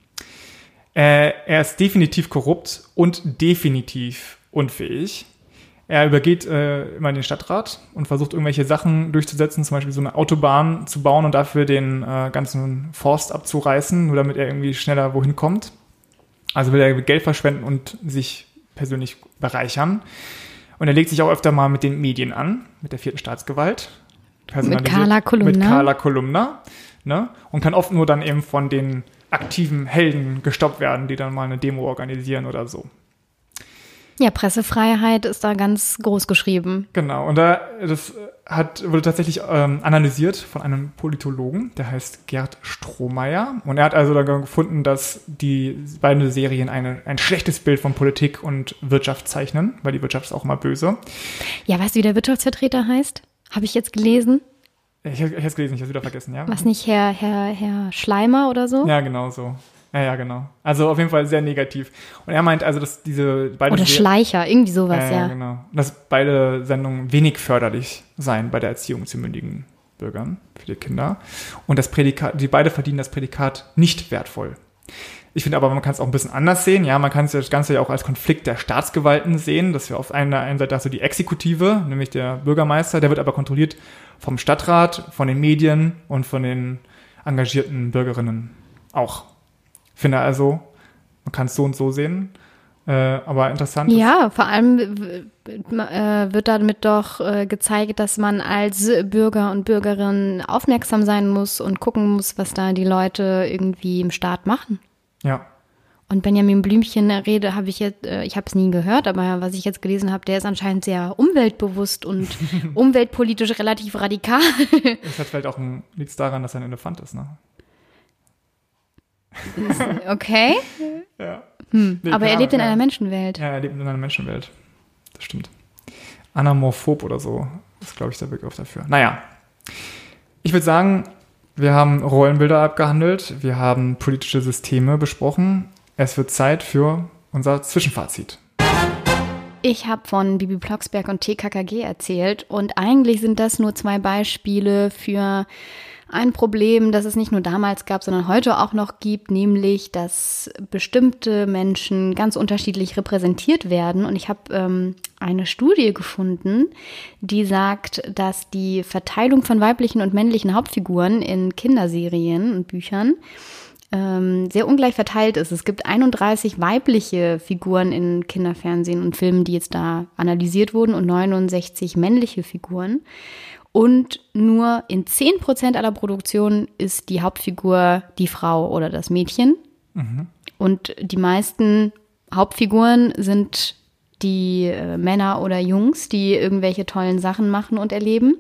Äh, er ist definitiv korrupt und definitiv unfähig. Er übergeht äh, immer den Stadtrat und versucht irgendwelche Sachen durchzusetzen, zum Beispiel so eine Autobahn zu bauen und dafür den äh, ganzen Forst abzureißen, nur damit er irgendwie schneller wohin kommt. Also will er Geld verschwenden und sich persönlich bereichern. Und er legt sich auch öfter mal mit den Medien an, mit der vierten Staatsgewalt. Mit Carla Kolumna. Mit Carla Kolumna. Ne? Und kann oft nur dann eben von den aktiven Helden gestoppt werden, die dann mal eine Demo organisieren oder so. Ja, Pressefreiheit ist da ganz groß geschrieben. Genau, und da, das hat, wurde tatsächlich ähm, analysiert von einem Politologen, der heißt Gerd Strohmeier. Und er hat also dann gefunden, dass die beiden Serien eine, ein schlechtes Bild von Politik und Wirtschaft zeichnen, weil die Wirtschaft ist auch immer böse. Ja, weißt du, wie der Wirtschaftsvertreter heißt? Habe ich jetzt gelesen. Ich, ich habe es gelesen, ich habe es wieder vergessen, ja. Was nicht, Herr, Herr, Herr Schleimer oder so? Ja, genau so. Ja, ja, genau. Also auf jeden Fall sehr negativ. Und er meint also, dass diese beiden Oder Ser- Schleicher, irgendwie sowas, äh, ja. genau. Dass beide Sendungen wenig förderlich seien bei der Erziehung zu mündigen Bürgern für die Kinder. Und das Prädikat, die beide verdienen das Prädikat nicht wertvoll. Ich finde aber, man kann es auch ein bisschen anders sehen. Ja, man kann es das Ganze ja auch als Konflikt der Staatsgewalten sehen, dass wir auf einer einen Seite hast du die Exekutive, nämlich der Bürgermeister, der wird aber kontrolliert vom Stadtrat, von den Medien und von den engagierten Bürgerinnen auch. Ich finde also, man kann es so und so sehen. Äh, aber interessant. Ja, vor allem äh, wird damit doch äh, gezeigt, dass man als Bürger und Bürgerin aufmerksam sein muss und gucken muss, was da die Leute irgendwie im Staat machen. Ja. Und Benjamin Blümchen Rede habe ich jetzt, äh, ich habe es nie gehört, aber was ich jetzt gelesen habe, der ist anscheinend sehr umweltbewusst und umweltpolitisch relativ radikal. Es hat vielleicht auch nichts daran, dass er ein Elefant ist, ne? Okay. Ja. Hm. Nee, aber er lebt in ja. einer Menschenwelt. Ja, er lebt in einer Menschenwelt. Das stimmt. Anamorphob oder so ist, glaube ich, der Begriff dafür. Naja. Ich würde sagen, wir haben Rollenbilder abgehandelt, wir haben politische Systeme besprochen. Es wird Zeit für unser Zwischenfazit. Ich habe von Bibi Blocksberg und T K K G erzählt und eigentlich sind das nur zwei Beispiele für ein Problem, das es nicht nur damals gab, sondern heute auch noch gibt, nämlich, dass bestimmte Menschen ganz unterschiedlich repräsentiert werden. Und ich habe ähm, eine Studie gefunden, die sagt, dass die Verteilung von weiblichen und männlichen Hauptfiguren in Kinderserien und Büchern ähm, sehr ungleich verteilt ist. Es gibt einunddreißig weibliche Figuren in Kinderfernsehen und Filmen, die jetzt da analysiert wurden, und neunundsechzig männliche Figuren. Und nur in zehn Prozent aller Produktionen ist die Hauptfigur die Frau oder das Mädchen. Mhm. Und die meisten Hauptfiguren sind die äh, Männer oder Jungs, die irgendwelche tollen Sachen machen und erleben.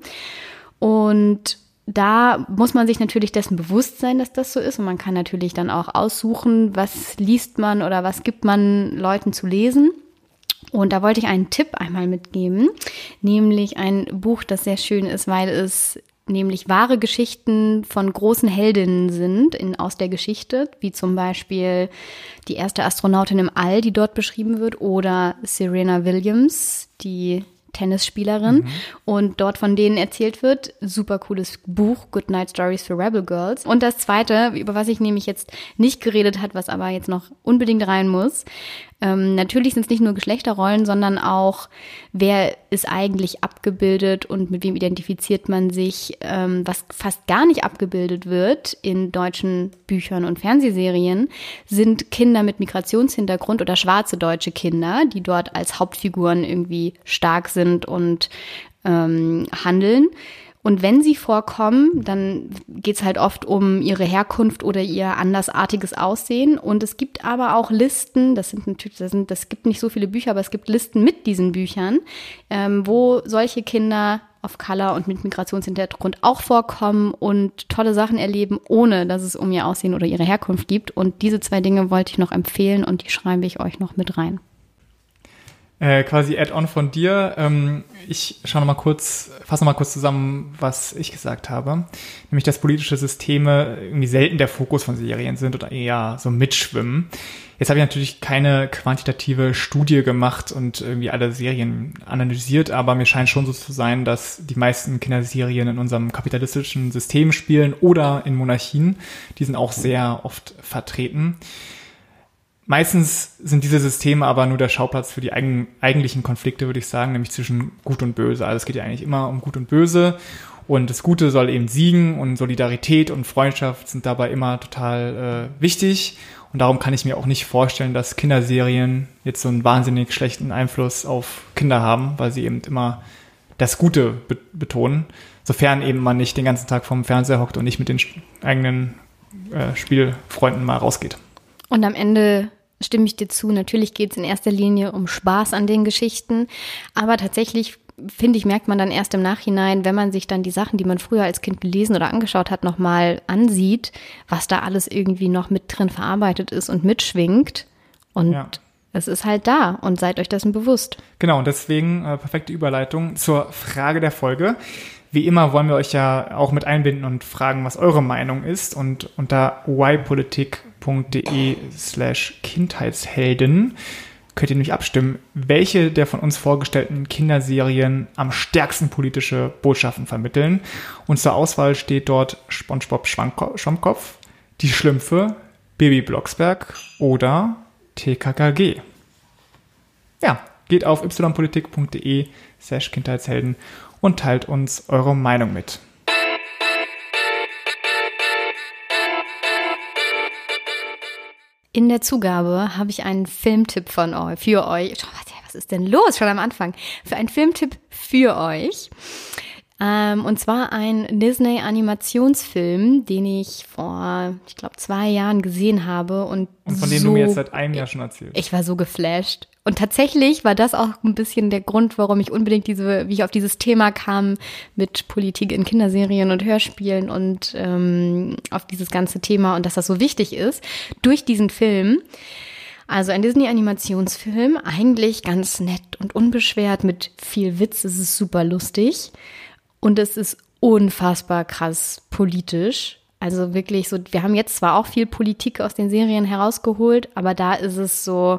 Und da muss man sich natürlich dessen bewusst sein, dass das so ist. Und man kann natürlich dann auch aussuchen, was liest man oder was gibt man Leuten zu lesen. Und da wollte ich einen Tipp einmal mitgeben, nämlich ein Buch, das sehr schön ist, weil es nämlich wahre Geschichten von großen Heldinnen sind in, aus der Geschichte, wie zum Beispiel die erste Astronautin im All, die dort beschrieben wird, oder Serena Williams, die Tennisspielerin, mhm. und dort von denen erzählt wird. Super cooles Buch, Good Night Stories for Rebel Girls. Und das Zweite, über was ich nämlich jetzt nicht geredet hat, was aber jetzt noch unbedingt rein muss, ähm, natürlich sind es nicht nur Geschlechterrollen, sondern auch, wer ist eigentlich abgebildet und mit wem identifiziert man sich, ähm, was fast gar nicht abgebildet wird in deutschen Büchern und Fernsehserien, sind Kinder mit Migrationshintergrund oder schwarze deutsche Kinder, die dort als Hauptfiguren irgendwie stark sind und ähm, handeln. Und wenn sie vorkommen, dann geht es halt oft um ihre Herkunft oder ihr andersartiges Aussehen. Und es gibt aber auch Listen, das sind natürlich, das sind, das gibt nicht so viele Bücher, aber es gibt Listen mit diesen Büchern, ähm, wo solche Kinder of Color und mit Migrationshintergrund auch vorkommen und tolle Sachen erleben, ohne dass es um ihr Aussehen oder ihre Herkunft geht. Und diese zwei Dinge wollte ich noch empfehlen und die schreibe ich euch noch mit rein. Äh, quasi Add-on von dir. Ähm, ich schaue noch mal kurz, fasse noch mal kurz zusammen, was ich gesagt habe. Nämlich, dass politische Systeme irgendwie selten der Fokus von Serien sind oder eher so mitschwimmen. Jetzt habe ich natürlich keine quantitative Studie gemacht und irgendwie alle Serien analysiert, aber mir scheint schon so zu sein, dass die meisten Kinderserien in unserem kapitalistischen System spielen oder in Monarchien. Die sind auch sehr oft vertreten. Meistens sind diese Systeme aber nur der Schauplatz für die eigen, eigentlichen Konflikte, würde ich sagen, nämlich zwischen Gut und Böse. Also es geht ja eigentlich immer um Gut und Böse und das Gute soll eben siegen und Solidarität und Freundschaft sind dabei immer total äh, wichtig und darum kann ich mir auch nicht vorstellen, dass Kinderserien jetzt so einen wahnsinnig schlechten Einfluss auf Kinder haben, weil sie eben immer das Gute be- betonen, sofern eben man nicht den ganzen Tag vorm Fernseher hockt und nicht mit den eigenen äh, Spielfreunden mal rausgeht. Und am Ende stimme ich dir zu, natürlich geht es in erster Linie um Spaß an den Geschichten, aber tatsächlich, finde ich, merkt man dann erst im Nachhinein, wenn man sich dann die Sachen, die man früher als Kind gelesen oder angeschaut hat, nochmal ansieht, was da alles irgendwie noch mit drin verarbeitet ist und mitschwingt. Und ja. Es ist halt da und seid euch dessen bewusst. Genau, und deswegen äh, perfekte Überleitung zur Frage der Folge. Wie immer wollen wir euch ja auch mit einbinden und fragen, was eure Meinung ist. Und unter ypolitik.de slash Kindheitshelden könnt ihr nämlich abstimmen, welche der von uns vorgestellten Kinderserien am stärksten politische Botschaften vermitteln. Und zur Auswahl steht dort SpongeBob Schwammkopf, Die Schlümpfe, Bibi Blocksberg oder T K K G. Ja, geht auf ypolitik.de slash Kindheitshelden und teilt uns eure Meinung mit. In der Zugabe habe ich einen Filmtipp von euch, für euch. Was ist denn los? Schon am Anfang. Für einen Filmtipp für euch. Ähm, und zwar ein Disney-Animationsfilm, den ich vor, ich glaube, zwei Jahren gesehen habe. Und, und von dem so, du mir jetzt seit einem Jahr schon erzählst. Ich war so geflasht. Und tatsächlich war das auch ein bisschen der Grund, warum ich unbedingt diese, wie ich auf dieses Thema kam mit Politik in Kinderserien und Hörspielen und ähm, auf dieses ganze Thema und dass das so wichtig ist, durch diesen Film. Also ein Disney-Animationsfilm, eigentlich ganz nett und unbeschwert mit viel Witz, es ist super lustig und es ist unfassbar krass politisch. Also wirklich so, wir haben jetzt zwar auch viel Politik aus den Serien herausgeholt, aber da ist es so,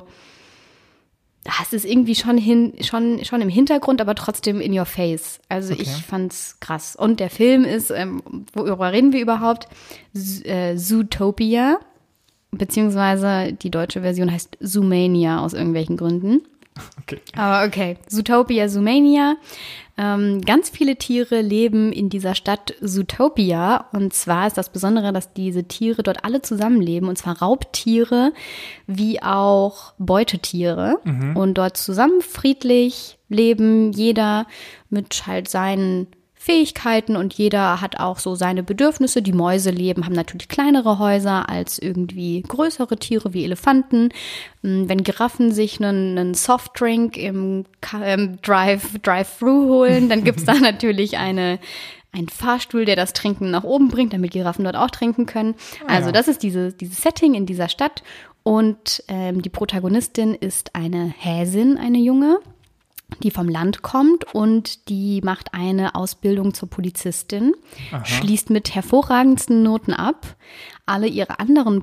es ist irgendwie schon hin, schon, schon im Hintergrund, aber trotzdem in your face. Also okay. Ich fand's krass. Und der Film ist, ähm, worüber reden wir überhaupt? Z- äh, Zootopia, beziehungsweise die deutsche Version heißt Zoomania aus irgendwelchen Gründen. Okay. Aber okay, Zootopia, Zoomania. Ähm, ganz viele Tiere leben in dieser Stadt Zootopia. Und zwar ist das Besondere, dass diese Tiere dort alle zusammenleben. Und zwar Raubtiere wie auch Beutetiere. Mhm. Und dort zusammen friedlich leben, jeder mit halt seinen Fähigkeiten und jeder hat auch so seine Bedürfnisse. Die Mäuse leben, haben natürlich kleinere Häuser als irgendwie größere Tiere wie Elefanten. Wenn Giraffen sich einen, einen Softdrink im, im Drive, Drive-Thru holen, dann gibt's da natürlich eine, einen Fahrstuhl, der das Trinken nach oben bringt, damit Giraffen dort auch trinken können. Also das ist diese, dieses Setting in dieser Stadt. Und ähm, die Protagonistin ist eine Häsin, eine Junge, die vom Land kommt und die macht eine Ausbildung zur Polizistin, Aha. schließt mit hervorragendsten Noten ab. Alle ihre anderen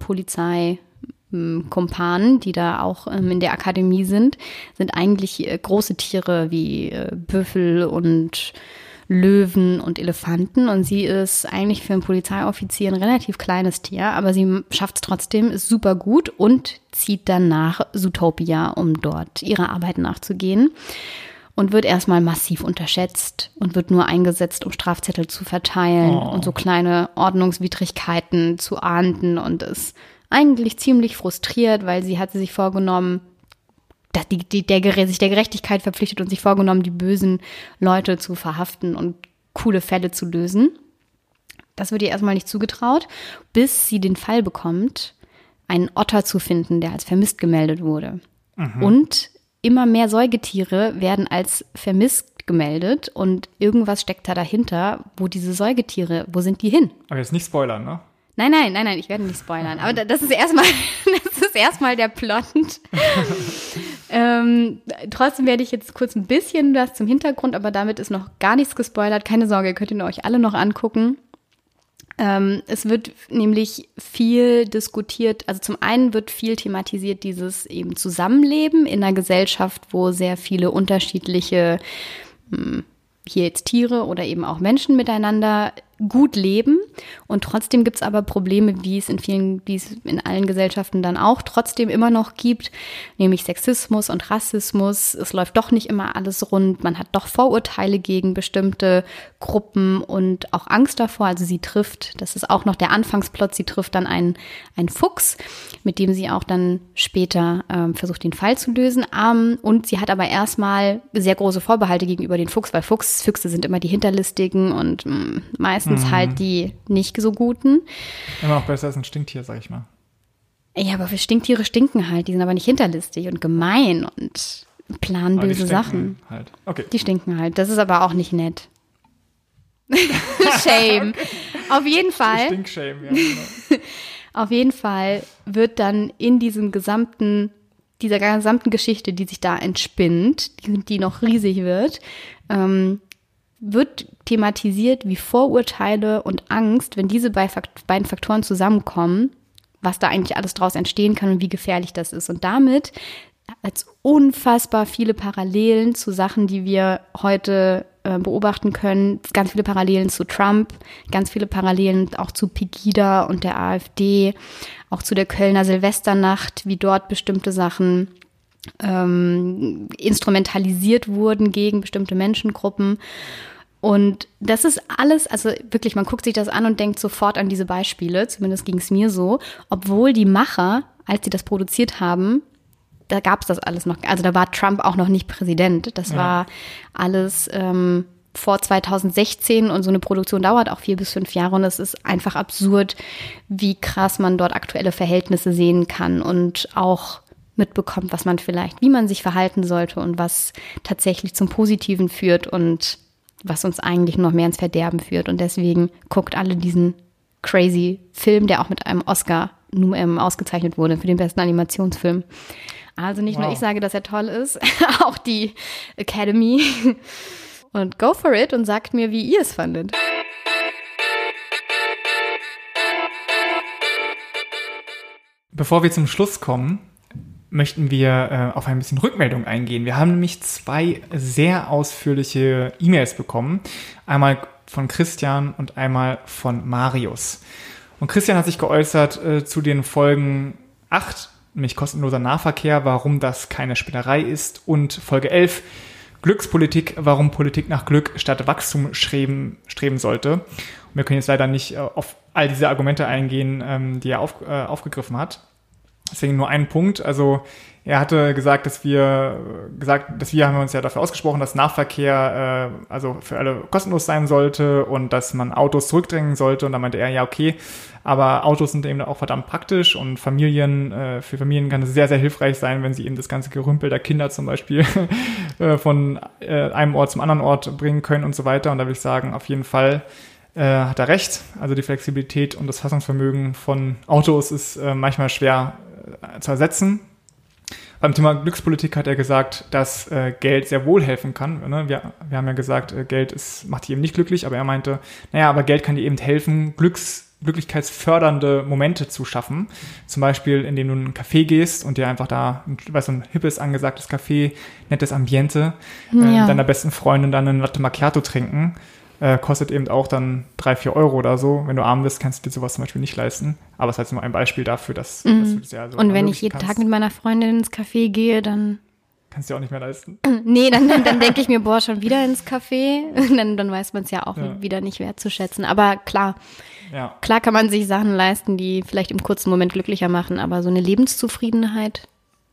Polizeikumpanen, die da auch ähm, in der Akademie sind, sind eigentlich äh, große Tiere wie äh, Büffel und Löwen und Elefanten. Und sie ist eigentlich für einen Polizeioffizier ein relativ kleines Tier, aber sie schafft es trotzdem, ist super gut und zieht dann nach Zootopia, um dort ihrer Arbeit nachzugehen. Und wird erstmal massiv unterschätzt und wird nur eingesetzt, um Strafzettel zu verteilen oh. und so kleine Ordnungswidrigkeiten zu ahnden und ist eigentlich ziemlich frustriert, weil sie hatte sich vorgenommen, dass die, die, der, sich der Gerechtigkeit verpflichtet und sich vorgenommen, die bösen Leute zu verhaften und coole Fälle zu lösen. Das wird ihr erstmal nicht zugetraut, bis sie den Fall bekommt, einen Otter zu finden, der als vermisst gemeldet wurde. Mhm. Und immer mehr Säugetiere werden als vermisst gemeldet und irgendwas steckt da dahinter, wo diese Säugetiere, wo sind die hin? Aber jetzt nicht spoilern, ne? Nein, nein, nein, nein, ich werde nicht spoilern. Aber das ist erstmal, das ist erstmal der Plot. ähm, trotzdem werde ich jetzt kurz ein bisschen was zum Hintergrund, aber damit ist noch gar nichts gespoilert. Keine Sorge, ihr könnt ihn euch alle noch angucken. Ähm, es wird nämlich viel diskutiert, also zum einen wird viel thematisiert dieses eben Zusammenleben in einer Gesellschaft, wo sehr viele unterschiedliche, hm, hier jetzt Tiere oder eben auch Menschen miteinander gut leben und trotzdem gibt es aber Probleme, wie es in vielen, wie es in allen Gesellschaften dann auch trotzdem immer noch gibt, nämlich Sexismus und Rassismus. Es läuft doch nicht immer alles rund, man hat doch Vorurteile gegen bestimmte Gruppen und auch Angst davor. Also sie trifft, das ist auch noch der Anfangsplot, sie trifft dann einen, einen Fuchs, mit dem sie auch dann später ähm, versucht, den Fall zu lösen. Ähm, und sie hat aber erstmal sehr große Vorbehalte gegenüber den Fuchs, weil Fuchs, Füchse sind immer die Hinterlistigen und mh, meistens Mhm. halt die nicht so guten. Immer noch besser als ein Stinktier, sag ich mal. Ja, aber für Stinktiere stinken halt. Die sind aber nicht hinterlistig und gemein und planen aber böse Sachen. Halt. Okay. Die stinken halt. Das ist aber auch nicht nett. Shame. Auf jeden Fall. Stinkshame, ja. Genau. Auf jeden Fall wird dann in diesem gesamten, dieser gesamten Geschichte, die sich da entspinnt, die, die noch riesig wird, ähm, wird thematisiert, wie Vorurteile und Angst, wenn diese beiden Faktoren zusammenkommen, was da eigentlich alles draus entstehen kann und wie gefährlich das ist. Und damit als unfassbar viele Parallelen zu Sachen, die wir heute äh, beobachten können. Ganz viele Parallelen zu Trump, ganz viele Parallelen auch zu Pegida und der AfD, auch zu der Kölner Silvesternacht, wie dort bestimmte Sachen ähm, instrumentalisiert wurden gegen bestimmte Menschengruppen. Und das ist alles, also wirklich, man guckt sich das an und denkt sofort an diese Beispiele, zumindest ging es mir so, obwohl die Macher als sie das produziert haben, da gab es das alles noch. Also da war Trump auch noch nicht Präsident. Das ja. war alles ähm, vor zweitausendsechzehn und so eine Produktion dauert auch vier bis fünf Jahre und es ist einfach absurd, wie krass man dort aktuelle Verhältnisse sehen kann und auch mitbekommt, was man vielleicht, wie man sich verhalten sollte und was tatsächlich zum Positiven führt und was uns eigentlich noch mehr ins Verderben führt. Und deswegen guckt alle diesen crazy Film, der auch mit einem Oscar ähm, ausgezeichnet wurde für den besten Animationsfilm. Also nicht wow. nur ich sage, dass er toll ist, auch die Academy. Und go for it und sagt mir, wie ihr es fandet. Bevor wir zum Schluss kommen, möchten wir äh, auf ein bisschen Rückmeldung eingehen. Wir haben nämlich zwei sehr ausführliche E-Mails bekommen. Einmal von Christian und einmal von Marius. Und Christian hat sich geäußert äh, zu den Folgen acht, nämlich kostenloser Nahverkehr, warum das keine Spinnerei ist, und Folge elf, Glückspolitik, warum Politik nach Glück statt Wachstum streben, streben sollte. Und wir können jetzt leider nicht äh, auf all diese Argumente eingehen, ähm, die er auf, äh, aufgegriffen hat. Deswegen nur einen Punkt. Also er hatte gesagt, dass wir gesagt, dass wir haben uns ja dafür ausgesprochen, dass Nahverkehr äh, also für alle kostenlos sein sollte und dass man Autos zurückdrängen sollte. Und da meinte er, ja okay, aber Autos sind eben auch verdammt praktisch und Familien, äh, für Familien kann es sehr, sehr hilfreich sein, wenn sie eben das ganze Gerümpel der Kinder zum Beispiel äh, von äh, einem Ort zum anderen Ort bringen können und so weiter. Und da würde ich sagen, auf jeden Fall äh, hat er recht. Also die Flexibilität und das Fassungsvermögen von Autos ist äh, manchmal schwer äh, zu ersetzen. Beim Thema Glückspolitik hat er gesagt, dass äh, Geld sehr wohl helfen kann. Ne? Wir, wir haben ja gesagt, äh, Geld ist, macht dich eben nicht glücklich, aber er meinte, naja, aber Geld kann dir eben helfen, Glücks glücklichkeitsfördernde Momente zu schaffen. Zum Beispiel, indem du in einen Café gehst und dir einfach da, weißt du, ein hippes, angesagtes Café, nettes Ambiente, ja. äh, deiner besten Freundin dann einen Latte Macchiato trinken, äh, kostet eben auch dann drei, vier Euro oder so. Wenn du arm bist, kannst du dir sowas zum Beispiel nicht leisten. Aber es ist halt nur ein Beispiel dafür, dass, mhm. dass du das ja so und wenn ich jeden kannst. Tag mit meiner Freundin ins Café gehe, dann kannst du dir auch nicht mehr leisten. Nee, dann, dann, dann denke ich mir, boah, schon wieder ins Café. dann, dann weiß man es ja auch ja. wieder nicht wertzuschätzen. Aber klar, ja. klar kann man sich Sachen leisten, die vielleicht im kurzen Moment glücklicher machen, aber so eine Lebenszufriedenheit.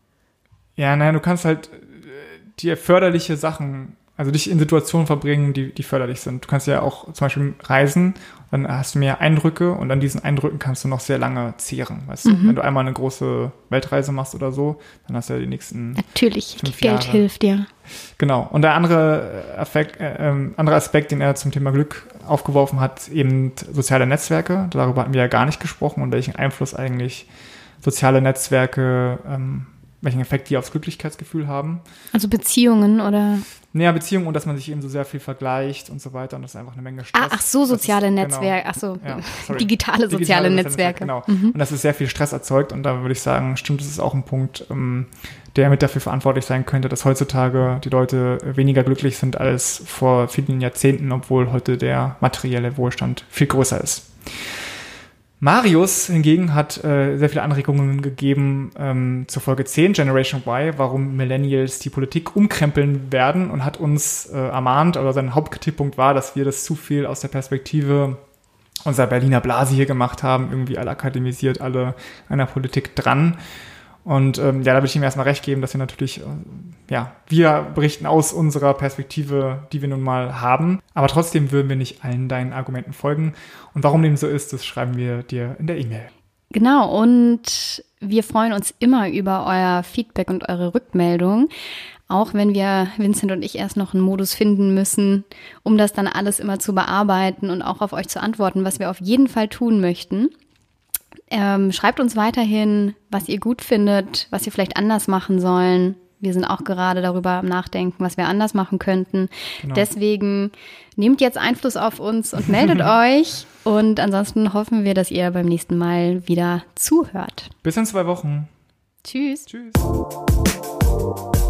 Ja, naja, du kannst halt dir förderliche Sachen, also dich in Situationen verbringen, die, die förderlich sind. Du kannst ja auch zum Beispiel reisen, dann hast du mehr Eindrücke und an diesen Eindrücken kannst du noch sehr lange zehren. Weißt du? Mhm. Wenn du einmal eine große Weltreise machst oder so, dann hast du ja die nächsten Natürlich, fünf Geld Jahre. hilft dir. Genau. Und der andere, Effekt, äh, äh, andere Aspekt, den er zum Thema Glück aufgeworfen hat, eben soziale Netzwerke. Darüber hatten wir ja gar nicht gesprochen und welchen Einfluss eigentlich soziale Netzwerke, ähm, welchen Effekt die aufs Glücklichkeitsgefühl haben. Also Beziehungen oder? Naja, Beziehungen und dass man sich eben so sehr viel vergleicht und so weiter und das ist einfach eine Menge Stress. Ah, ach so, soziale ist, Netzwerke, genau, ach so, ja, digitale soziale digitale Netzwerke. Genau. Mhm. Und das ist sehr viel Stress erzeugt und da würde ich sagen, stimmt, das ist auch ein Punkt, ähm, der mit dafür verantwortlich sein könnte, dass heutzutage die Leute weniger glücklich sind als vor vielen Jahrzehnten, obwohl heute der materielle Wohlstand viel größer ist. Marius hingegen hat äh, sehr viele Anregungen gegeben ähm, zur Folge zehn, Generation Y, warum Millennials die Politik umkrempeln werden und hat uns äh, ermahnt, oder sein Hauptkritikpunkt war, dass wir das zu viel aus der Perspektive unserer Berliner Blase hier gemacht haben, irgendwie alle akademisiert, alle an der Politik dran. Und ähm, ja, da würde ich ihm erstmal recht geben, dass wir natürlich, äh, ja, wir berichten aus unserer Perspektive, die wir nun mal haben. Aber trotzdem würden wir nicht allen deinen Argumenten folgen. Und warum dem so ist, das schreiben wir dir in der E-Mail. Genau, und wir freuen uns immer über euer Feedback und eure Rückmeldung. Auch wenn wir, Vincent und ich, erst noch einen Modus finden müssen, um das dann alles immer zu bearbeiten und auch auf euch zu antworten, was wir auf jeden Fall tun möchten. Ähm, schreibt uns weiterhin, was ihr gut findet, was wir vielleicht anders machen sollen. Wir sind auch gerade darüber am Nachdenken, was wir anders machen könnten. Genau. Deswegen nehmt jetzt Einfluss auf uns und meldet euch. Und ansonsten hoffen wir, dass ihr beim nächsten Mal wieder zuhört. Bis in zwei Wochen. Tschüss. Tschüss.